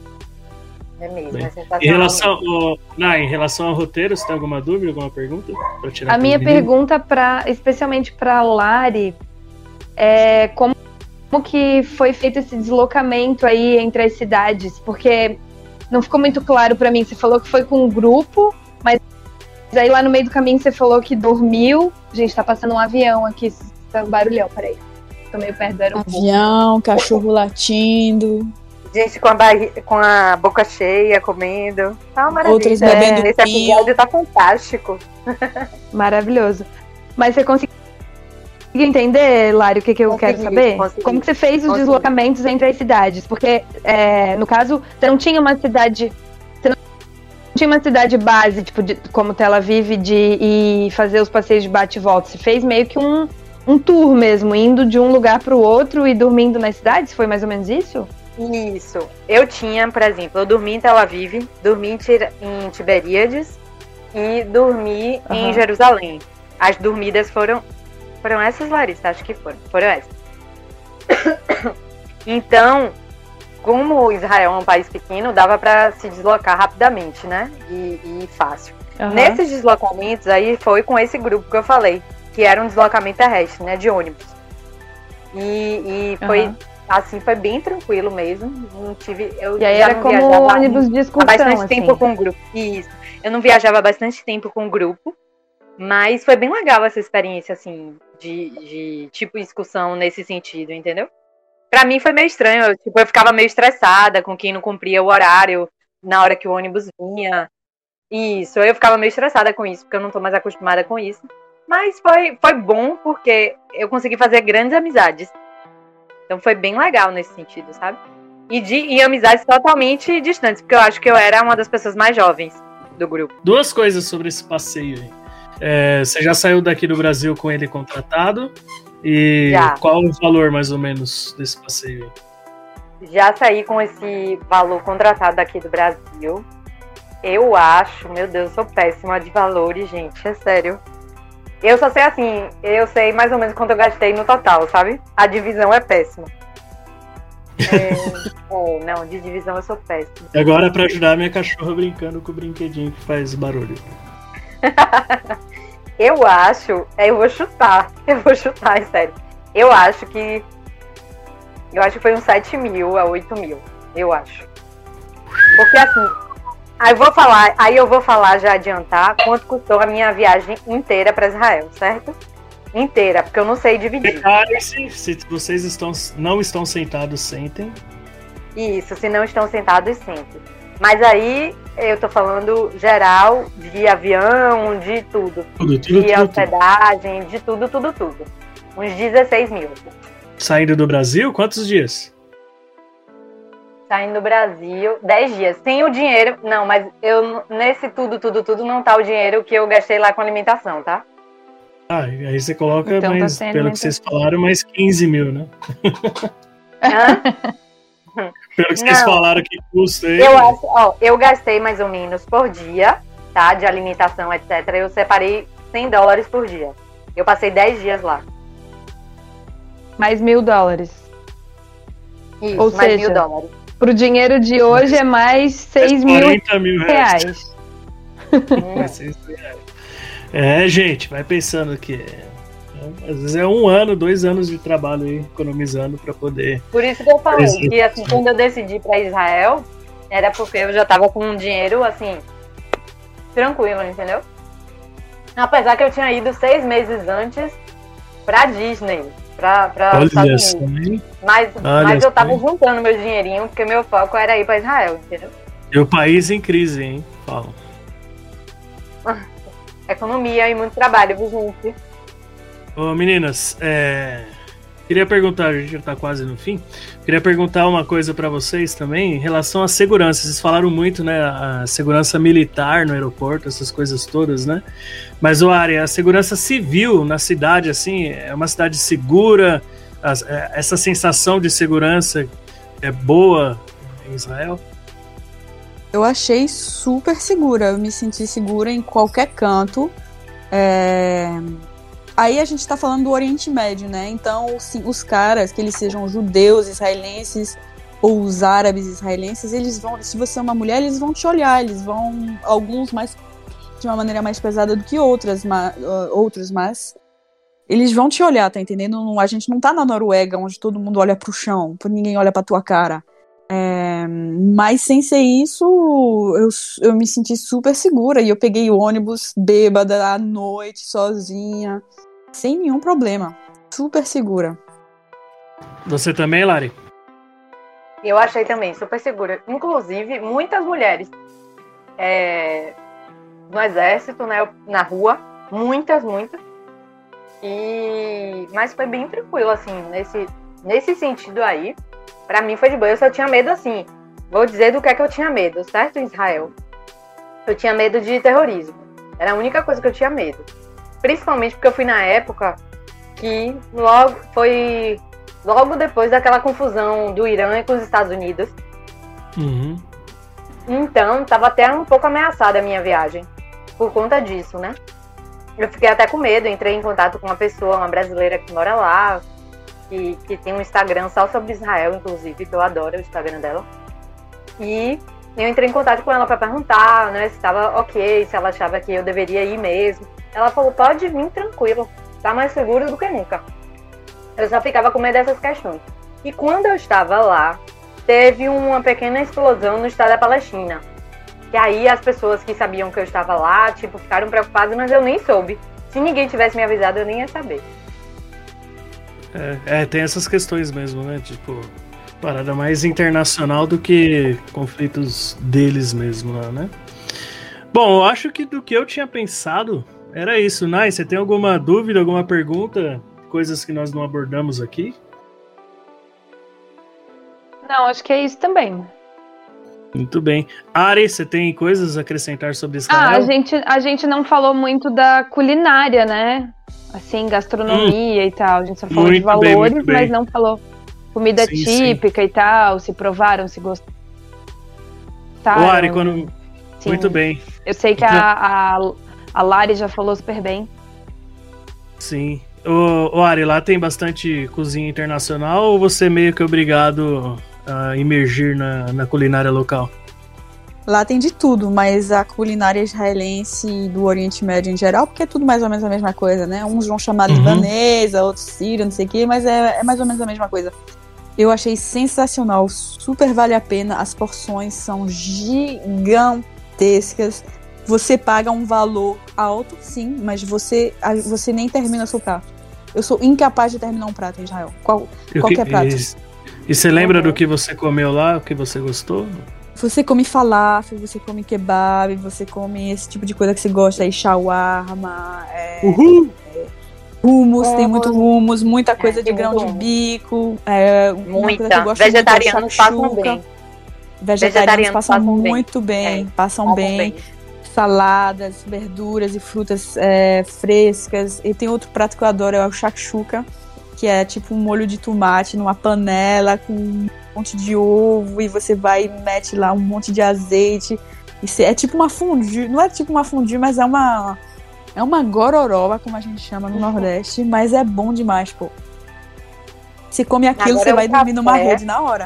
É mesmo, Bem, é sensacional. Em relação ao roteiro, você tem alguma dúvida, alguma pergunta? A minha pergunta, especialmente para Lari, é como que foi feito esse deslocamento aí entre as cidades? Porque não ficou muito claro para mim. Você falou que foi com um grupo, mas aí lá no meio do caminho você falou que dormiu. Gente, tá passando um avião aqui, tá um barulhão, peraí. Tô meio perto do aeroporto. Avião, cachorro latindo. Gente com a boca cheia, comendo. Tá uma maravilha. Outros bebendo Esse episódio tá fantástico. Maravilhoso. Mas você conseguiu entender, Lari, o que eu quero saber? Consegui. Como que você fez os deslocamentos entre as cidades? Porque, no caso, você não tinha uma cidade... Você não tinha uma cidade base, tipo, como Tel Aviv, de ir fazer os passeios de bate e volta. Você fez meio que um tour mesmo, indo de um lugar pro outro e dormindo nas cidades? Foi mais ou menos isso? Isso. Eu tinha, por exemplo, eu dormi em Tel Aviv, dormi em Tiberíades e dormi em Jerusalém. As dormidas foram essas, Larissa? Acho que foram essas. Então, como Israel é um país pequeno, dava para se deslocar rapidamente, né? E fácil. Nesses deslocamentos aí foi com esse grupo que eu falei, que era um deslocamento terrestre, né? De ônibus. E foi assim, foi bem tranquilo mesmo. Não tive. E aí era como ônibus de excursão, há bastante tempo com o grupo. Isso. Eu não viajava há bastante tempo com o grupo. Mas foi bem legal essa experiência, assim, de tipo excursão nesse sentido, entendeu? Pra mim foi meio estranho, eu ficava meio estressada com quem não cumpria o horário na hora que o ônibus vinha. Isso, eu ficava meio estressada com isso, porque eu não tô mais acostumada com isso. Mas foi bom, porque eu consegui fazer grandes amizades. Então foi bem legal nesse sentido, sabe? E amizades totalmente distantes, porque eu acho que eu era uma das pessoas mais jovens do grupo. 2 coisas sobre esse passeio aí. Você já saiu daqui do Brasil com ele contratado? E Já. qual o valor, mais ou menos, desse passeio aí? Já saí com esse valor contratado aqui do Brasil. Eu acho, meu Deus, eu sou péssima de valores, gente, é sério. Eu só sei assim, eu sei mais ou menos quanto eu gastei no total, sabe? A divisão é péssima. Não, de divisão eu sou péssima. Agora é pra ajudar a minha cachorra brincando com o brinquedinho que faz barulho. Eu acho, eu vou chutar, é sério. Eu acho que foi uns 7 mil a 8 mil, eu acho. Porque assim, aí eu vou falar, já adiantar, quanto custou a minha viagem inteira pra Israel, certo? Inteira, porque eu não sei dividir. Prepare-se, se vocês não estão sentados, sentem. Isso, se não estão sentados, sentem. Mas aí, eu tô falando geral, de avião, de tudo. De hospedagem, de tudo. Uns 16 mil. Saindo do Brasil, quantos dias? Saindo do Brasil, 10 dias. Sem o dinheiro, não, mas nesse tudo, não tá o dinheiro que eu gastei lá com alimentação, tá? Aí você coloca, então, mais, pelo que vocês falaram, mais 15 mil, né? Pelo que vocês falaram que custa aí. Eu gastei mais ou menos por dia, tá? De alimentação, etc. Eu separei $100 por dia. Eu passei 10 dias lá. Mais $1.000. Isso, ou mais seja, $1.000. Pro dinheiro de hoje é mais 6 mil reais. Gente, vai pensando que às vezes é 1 ano, 2 anos de trabalho aí, economizando pra poder... Por isso que eu falei que assim, quando eu decidi pra Israel, era porque eu já tava com um dinheiro, assim, tranquilo, entendeu? Apesar que eu tinha ido 6 meses antes pra Disney, pra Estados Unidos. Mas eu tava juntando meu dinheirinho, porque meu foco era ir pra Israel, entendeu? E o país em crise, hein? Fala. Economia e muito trabalho, viu, gente? Ô, meninas, queria perguntar, a gente já tá quase no fim, queria perguntar uma coisa pra vocês também, em relação à segurança. Vocês falaram muito, né, a segurança militar no aeroporto, essas coisas todas, né? Mas, Ari, a segurança civil na cidade, assim, é uma cidade segura? Essa sensação de segurança é boa em Israel? Eu achei super segura, eu me senti segura em qualquer canto. Aí a gente tá falando do Oriente Médio, né? Então, os caras, que eles sejam judeus, israelenses ou os árabes israelenses, eles vão, se você é uma mulher, eles vão te olhar, eles vão, alguns mais de uma maneira mais pesada do que outros, mas eles vão te olhar, tá entendendo? A gente não tá na Noruega, onde todo mundo olha pro chão, ninguém olha pra tua cara. Mas sem ser isso, eu me senti super segura. E eu peguei o ônibus bêbada à noite, sozinha, sem nenhum problema. Super segura. Você também, Lari? Eu achei também super segura. Inclusive, muitas mulheres no exército, né, na rua. Muitas. Mas foi bem tranquilo, assim, nesse sentido aí. Pra mim foi de boa, eu só tinha medo assim. Vou dizer do que é que eu tinha medo, certo, em Israel? Eu tinha medo de terrorismo. Era a única coisa que eu tinha medo. Principalmente porque eu fui na época que foi logo depois daquela confusão do Irã com os Estados Unidos. Uhum. Então, tava até um pouco ameaçada a minha viagem. Por conta disso, né? Eu fiquei até com medo, entrei em contato com uma brasileira que mora lá, que tem um Instagram só sobre Israel, inclusive, que eu adoro o Instagram dela. E eu entrei em contato com ela para perguntar, né, se estava ok, se ela achava que eu deveria ir mesmo. Ela falou, pode vir tranquilo, tá mais seguro do que nunca. Eu só ficava com medo dessas questões. E quando eu estava lá, teve uma pequena explosão no estado da Palestina. E aí as pessoas que sabiam que eu estava lá, tipo, ficaram preocupadas, mas eu nem soube. Se ninguém tivesse me avisado, eu nem ia saber. Tem essas questões mesmo, né? Tipo, parada mais internacional do que conflitos deles mesmo lá, né? Bom, eu acho que do que eu tinha pensado era isso. Nai, você tem alguma dúvida, alguma pergunta? Coisas que nós não abordamos aqui? Não, acho que é isso também. Muito bem. Ari, você tem coisas a acrescentar sobre Israel? A gente não falou muito da culinária, né? Assim, gastronomia e tal. A gente só falou de valores, mas não falou comida típica e tal, se provaram, se gostaram. O Ari, quando... Sim. Muito bem. Eu sei que a Lari já falou super bem. Sim. O Ari, lá tem bastante cozinha internacional ou você é meio que obrigado a imergir na culinária local? Lá tem de tudo, mas a culinária israelense e do Oriente Médio em geral, porque é tudo mais ou menos a mesma coisa, né? Uns vão chamar libanesa, outros sírio, não sei o quê, mas é mais ou menos a mesma coisa. Eu achei sensacional, super vale a pena, as porções são gigantescas. Você paga um valor alto, sim, mas você nem termina o seu prato. Eu sou incapaz de terminar um prato em Israel, qualquer prato. E você lembra do que você comeu lá, o que você gostou? Você come falafel, você come kebab, você come esse tipo de coisa que você gosta aí, shawarma, hummus, tem muito hummus, muita coisa de grão de bico, muita. Vegetarianos passam bem. Vegetarianos passam muito bem, passam bem. Saladas, verduras e frutas frescas. E tem outro prato que eu adoro, é o shakshuka, que é tipo um molho de tomate numa panela com um monte de ovo, e você vai e mete lá um monte de azeite. É tipo uma fondue, não é tipo uma fondue, mas é uma gororoba, como a gente chama no Nordeste, mas é bom demais, pô. Você come aquilo, você vai dormir numa rede na hora.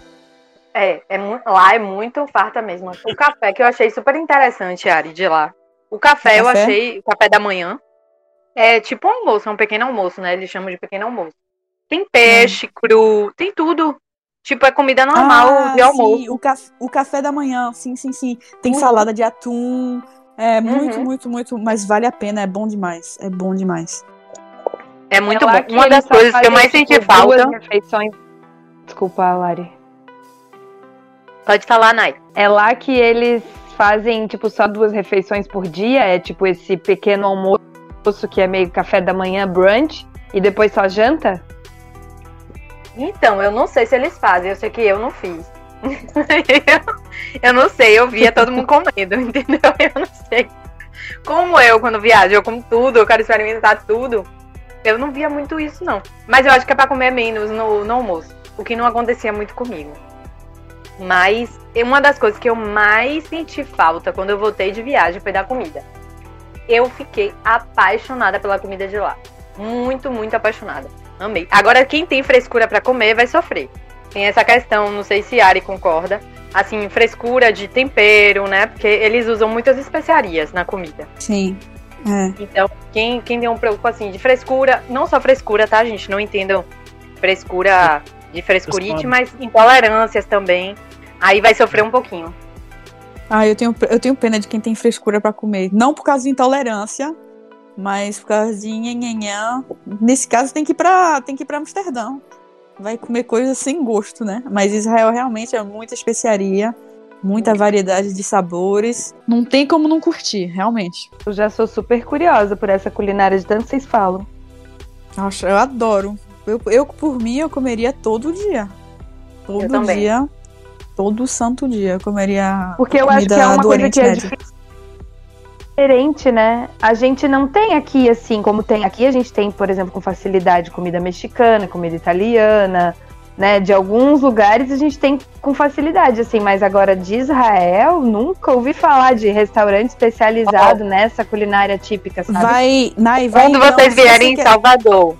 Lá é muito farta mesmo. O café que eu achei super interessante, Ari, de lá. O café eu achei, o café da manhã, é tipo um almoço, é um pequeno almoço, né? Eles chamam de pequeno almoço. Tem peixe cru, tem tudo. Tipo, é comida normal de almoço. Sim, o café da manhã, sim. Tem salada de atum, muito, mas vale a pena, é bom demais. É bom demais. É muito bom. Uma das coisas que eu mais senti falta... Desculpa, Lari. Pode falar, Nai. É lá que eles fazem, tipo, só 2 refeições por dia, é tipo esse pequeno almoço que é meio café da manhã, brunch, e depois só janta? Então, eu não sei se eles fazem, eu sei que eu não fiz. Eu não sei, eu via todo mundo comendo, entendeu? Eu não sei. Como quando viajo, eu como tudo, eu quero experimentar tudo. Eu não via muito isso, não. Mas eu acho que é pra comer menos no almoço, o que não acontecia muito comigo. Mas uma das coisas que eu mais senti falta quando eu voltei de viagem foi da comida. Eu fiquei apaixonada pela comida de lá. Muito, muito apaixonada. Amei. Agora, quem tem frescura pra comer vai sofrer. Tem essa questão, não sei se a Ari concorda. Assim, frescura de tempero, né? Porque eles usam muitas especiarias na comida. Sim. Então, quem tem um pouco assim de frescura, não só frescura, tá, gente? Não entendam frescura de frescurite, mas intolerâncias também. Aí vai sofrer um pouquinho. Eu tenho pena de quem tem frescura pra comer. Não por causa de intolerância, mas por causa de nhanhanhã. Nesse caso tem que ir pra Amsterdã. Vai comer coisas sem gosto, né? Mas Israel realmente é muita especiaria, muita variedade de sabores. Não tem como não curtir, realmente. Eu já sou super curiosa por essa culinária de tanto vocês falam. Nossa, eu adoro. Eu por mim, eu comeria todo dia. Todo dia. Todo santo dia eu comeria. Porque eu acho que é uma coisa que é diferente, né? A gente não tem aqui, assim, como tem aqui, a gente tem, por exemplo, com facilidade comida mexicana, comida italiana, né? De alguns lugares a gente tem com facilidade, assim, mas agora de Israel, nunca ouvi falar de restaurante especializado nessa culinária típica, sabe? Quando vocês vierem em Salvador,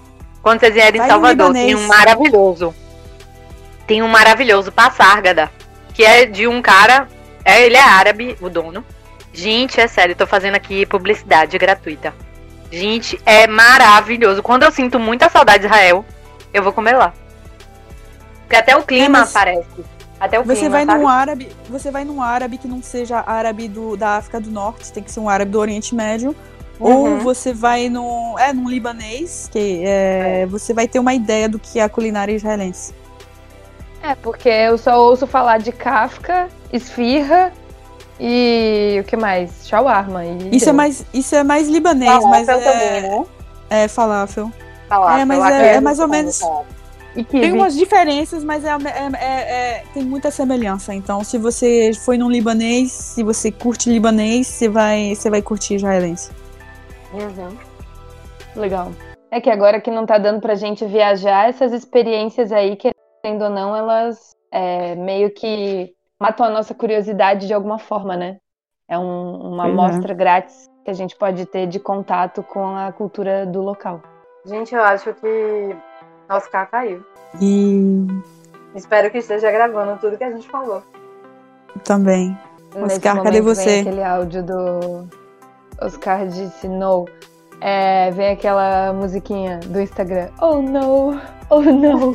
tem um maravilhoso. Tem um maravilhoso Passárgada, que é de um cara, ele é árabe, o dono. Gente, é sério, tô fazendo aqui publicidade gratuita. Gente, é maravilhoso. Quando eu sinto muita saudade de Israel, eu vou comer lá. Porque até o clima parece. Até o você clima, você vai num árabe que não seja árabe da África do Norte, tem que ser um árabe do Oriente Médio. Ou você vai num libanês, que você vai ter uma ideia do que é a culinária israelense. Porque eu só ouço falar de Kafka, esfirra E o que mais? Shawarma. Isso é mais libanês, Falafel mas também, né? é falafel. Falafel, Mas aquele é mais ou do menos. pão. E kibe. Tem umas diferenças, mas tem muita semelhança. Então, se você foi num libanês, se você curte libanês, você vai curtir israelense. Uhum. Legal. É que agora que não tá dando pra gente viajar, essas experiências aí, querendo ou não, elas meio que matam a nossa curiosidade de alguma forma, né? É uma amostra grátis que a gente pode ter de contato com a cultura do local. Gente, eu acho que Oscar caiu. E Espero que esteja gravando tudo que a gente falou. também. Nesse Oscar, momento cadê vem você? aquele áudio do Oscar disse no. Vem aquela musiquinha do Instagram. Oh no, oh no.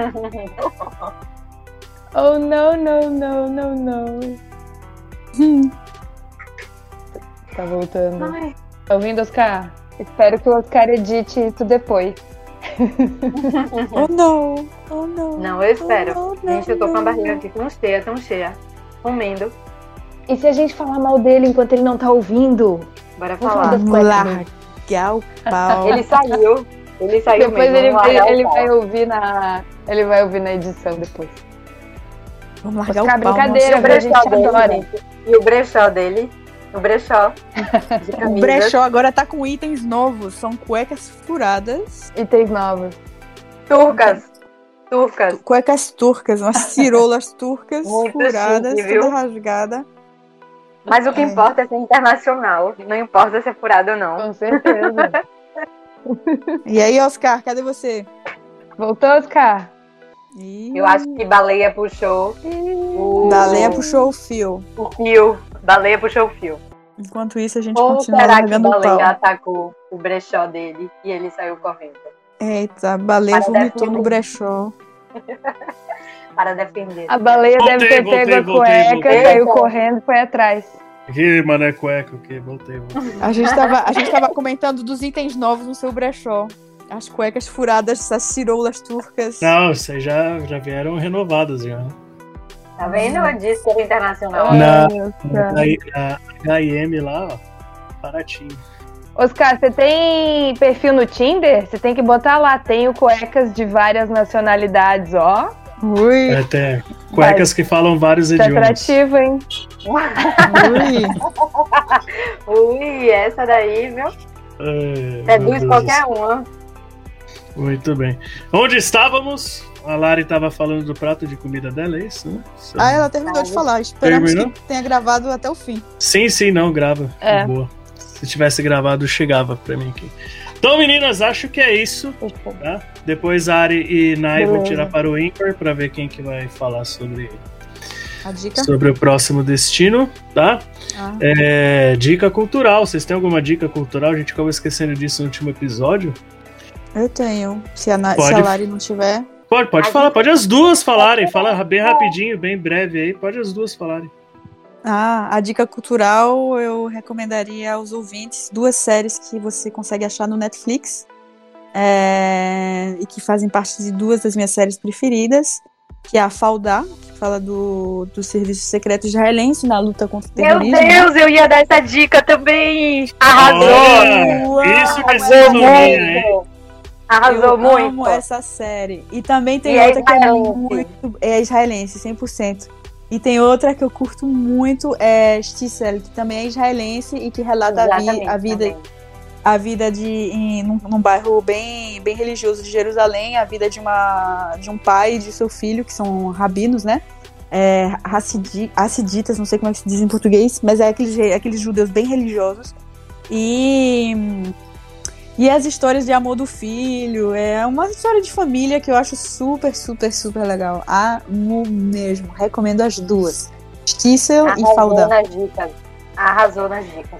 Oh no, no, no, no, no. Tá voltando. Ai. Tá ouvindo, Oscar? Espero que o Oscar edite isso depois. Oh não, oh não. Não, eu espero. Oh, não, Gente, eu tô com a não, barriga não. aqui tão cheia. Comendo. E se a gente falar mal dele enquanto ele não tá ouvindo? Bora Vamos falar. falar das Vamos cuecas largar o pau. Ele saiu. Ele saiu Depois mesmo. ele vamos largar o pau. vai ouvir na edição depois. Vamos largar Oscar, o pau. brincadeira, E o a gente brechó dele, adora. gente. E o brechó dele. O brechó. De O camisas. brechó agora tá com itens novos. São cuecas furadas. Itens novos. Turcas. Cuecas turcas, umas cirolas turcas Muito furadas, chique, viu? toda rasgada. Mas o que importa é ser internacional. Não importa se é furado ou não. Com certeza. E aí, Oscar, cadê você? Voltou, Oscar? Eu acho que Baleia puxou Baleia puxou o fio. o fio. Baleia puxou o fio. Enquanto isso, a gente Ou continua será que largando o Baleia pau. atacou o brechó dele e ele saiu correndo? Eita, a baleia Para vomitou defender. no brechó. Para defender. A baleia deve ter Voltei, pego a voltei. cueca, caiu correndo e foi atrás. Que mané cueca, o que? Voltei. A gente tava comentando dos itens novos no seu brechó. As cuecas furadas, as cirolas turcas. Não, vocês já vieram renovadas já. Tá vendo? Eu disse que era internacional. Na- Oscar. Aí a H&M lá, ó, baratinho. Oscar, você tem perfil no Tinder? Você tem que botar lá, tenho cuecas de várias nacionalidades, ó. Ui, É, tem cuecas que falam vários Tá idiomas. atrativo, hein? ui. Ui, essa daí, viu? Ai, meu Seduz Deus qualquer do céu. uma. Muito bem. Onde estávamos? A Lari estava falando do prato de comida dela, é isso, né? Ah, ela terminou de falar. Esperamos Terminou? que tenha gravado até o fim. Sim, não, grava. É. Boa. Se tivesse gravado, chegava pra mim aqui. Então, meninas, acho que é isso. Tá? Depois Ari e Nai vão Beleza. tirar para o ímpar pra ver quem que vai falar sobre A dica? o próximo destino, tá? Ah. Dica cultural. Vocês têm alguma dica cultural? A gente acabou esquecendo disso no último episódio. Eu tenho. Se a Pode. Lari não tiver. Pode falar, pode as duas falarem. Fala bem rapidinho, bem breve aí. Pode as duas falarem. A dica cultural eu recomendaria aos ouvintes 2 séries que você consegue achar no Netflix e que fazem parte de 2 das minhas séries preferidas, que é a Faldá, que fala do serviço secreto israelense na luta contra o Meu terrorismo. Deus, eu ia dar essa dica também. Arrasou. Olha, isso que é sintonia, hein? Arrasou Eu muito. amo essa série. E também tem E é outra que é israelense. muito... É israelense, 100%. E tem outra que eu curto muito, é Shtisel, que também é israelense e que relata Exatamente, a vida também. num bairro bem religioso de Jerusalém, a vida de um pai e de seu filho, que são rabinos, né? Hassiditas, não sei como é que se diz em português, mas é aqueles judeus bem religiosos. E as histórias de amor do filho, é uma história de família que eu acho super, super, super legal. Amo mesmo, recomendo as 2. Shtisel e Faldá. Arrasou nas dicas.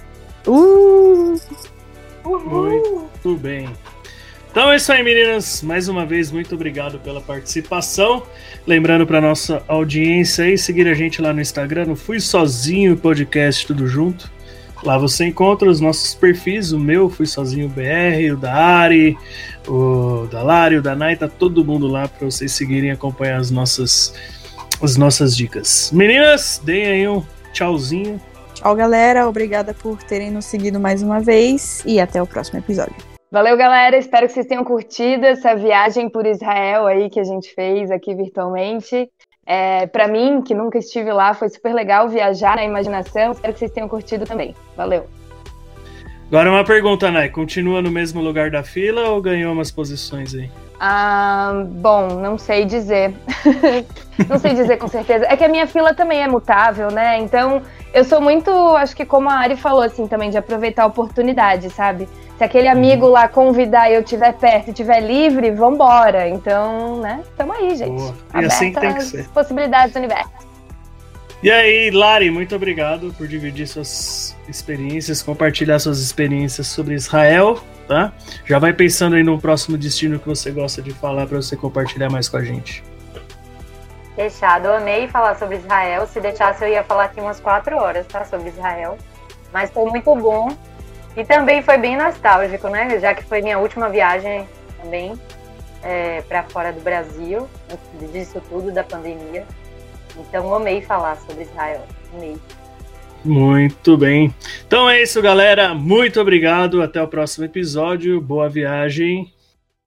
Muito bem. Então é isso aí, meninas. Mais uma vez, muito obrigado pela participação. Lembrando para nossa audiência aí, seguir a gente lá no Instagram, no Fui Sozinho Podcast, tudo junto. Lá você encontra os nossos perfis, o meu, Fui Sozinho BR, o da Ari, o da Lari, o da Nai, tá todo mundo lá para vocês seguirem e acompanhar as nossas dicas. Meninas, deem aí tchauzinho. Tchau, galera. Obrigada por terem nos seguido mais uma vez e até o próximo episódio. Valeu, galera. Espero que vocês tenham curtido essa viagem por Israel aí que a gente fez aqui virtualmente. Para mim, que nunca estive lá, foi super legal viajar na imaginação. Espero que vocês tenham curtido também. Valeu. Agora uma pergunta, Nai. Continua no mesmo lugar da fila ou ganhou umas posições aí? Bom, não sei dizer. Não sei dizer com certeza. É que a minha fila também é mutável, né? Então, eu sou muito, acho que como a Ari falou, assim, também, de aproveitar a oportunidade, sabe? Se aquele amigo lá convidar e eu estiver perto e estiver livre, vambora. Então, né? Tamo aí, gente. Boa. E assim que tem que ser. Possibilidades do universo. E aí, Lari, muito obrigado por dividir suas experiências, compartilhar suas experiências sobre Israel, tá? Já vai pensando aí no próximo destino que você gosta de falar para você compartilhar mais com a gente. Fechado, eu amei falar sobre Israel. Se deixasse, eu ia falar aqui umas 4 horas, tá? Sobre Israel. Mas foi muito bom. E também foi bem nostálgico, né? Já que foi minha última viagem também para fora do Brasil, antes disso tudo, da pandemia. Então, eu amei falar sobre Israel. Amei. Muito bem. Então é isso, galera. Muito obrigado. Até o próximo episódio. Boa viagem.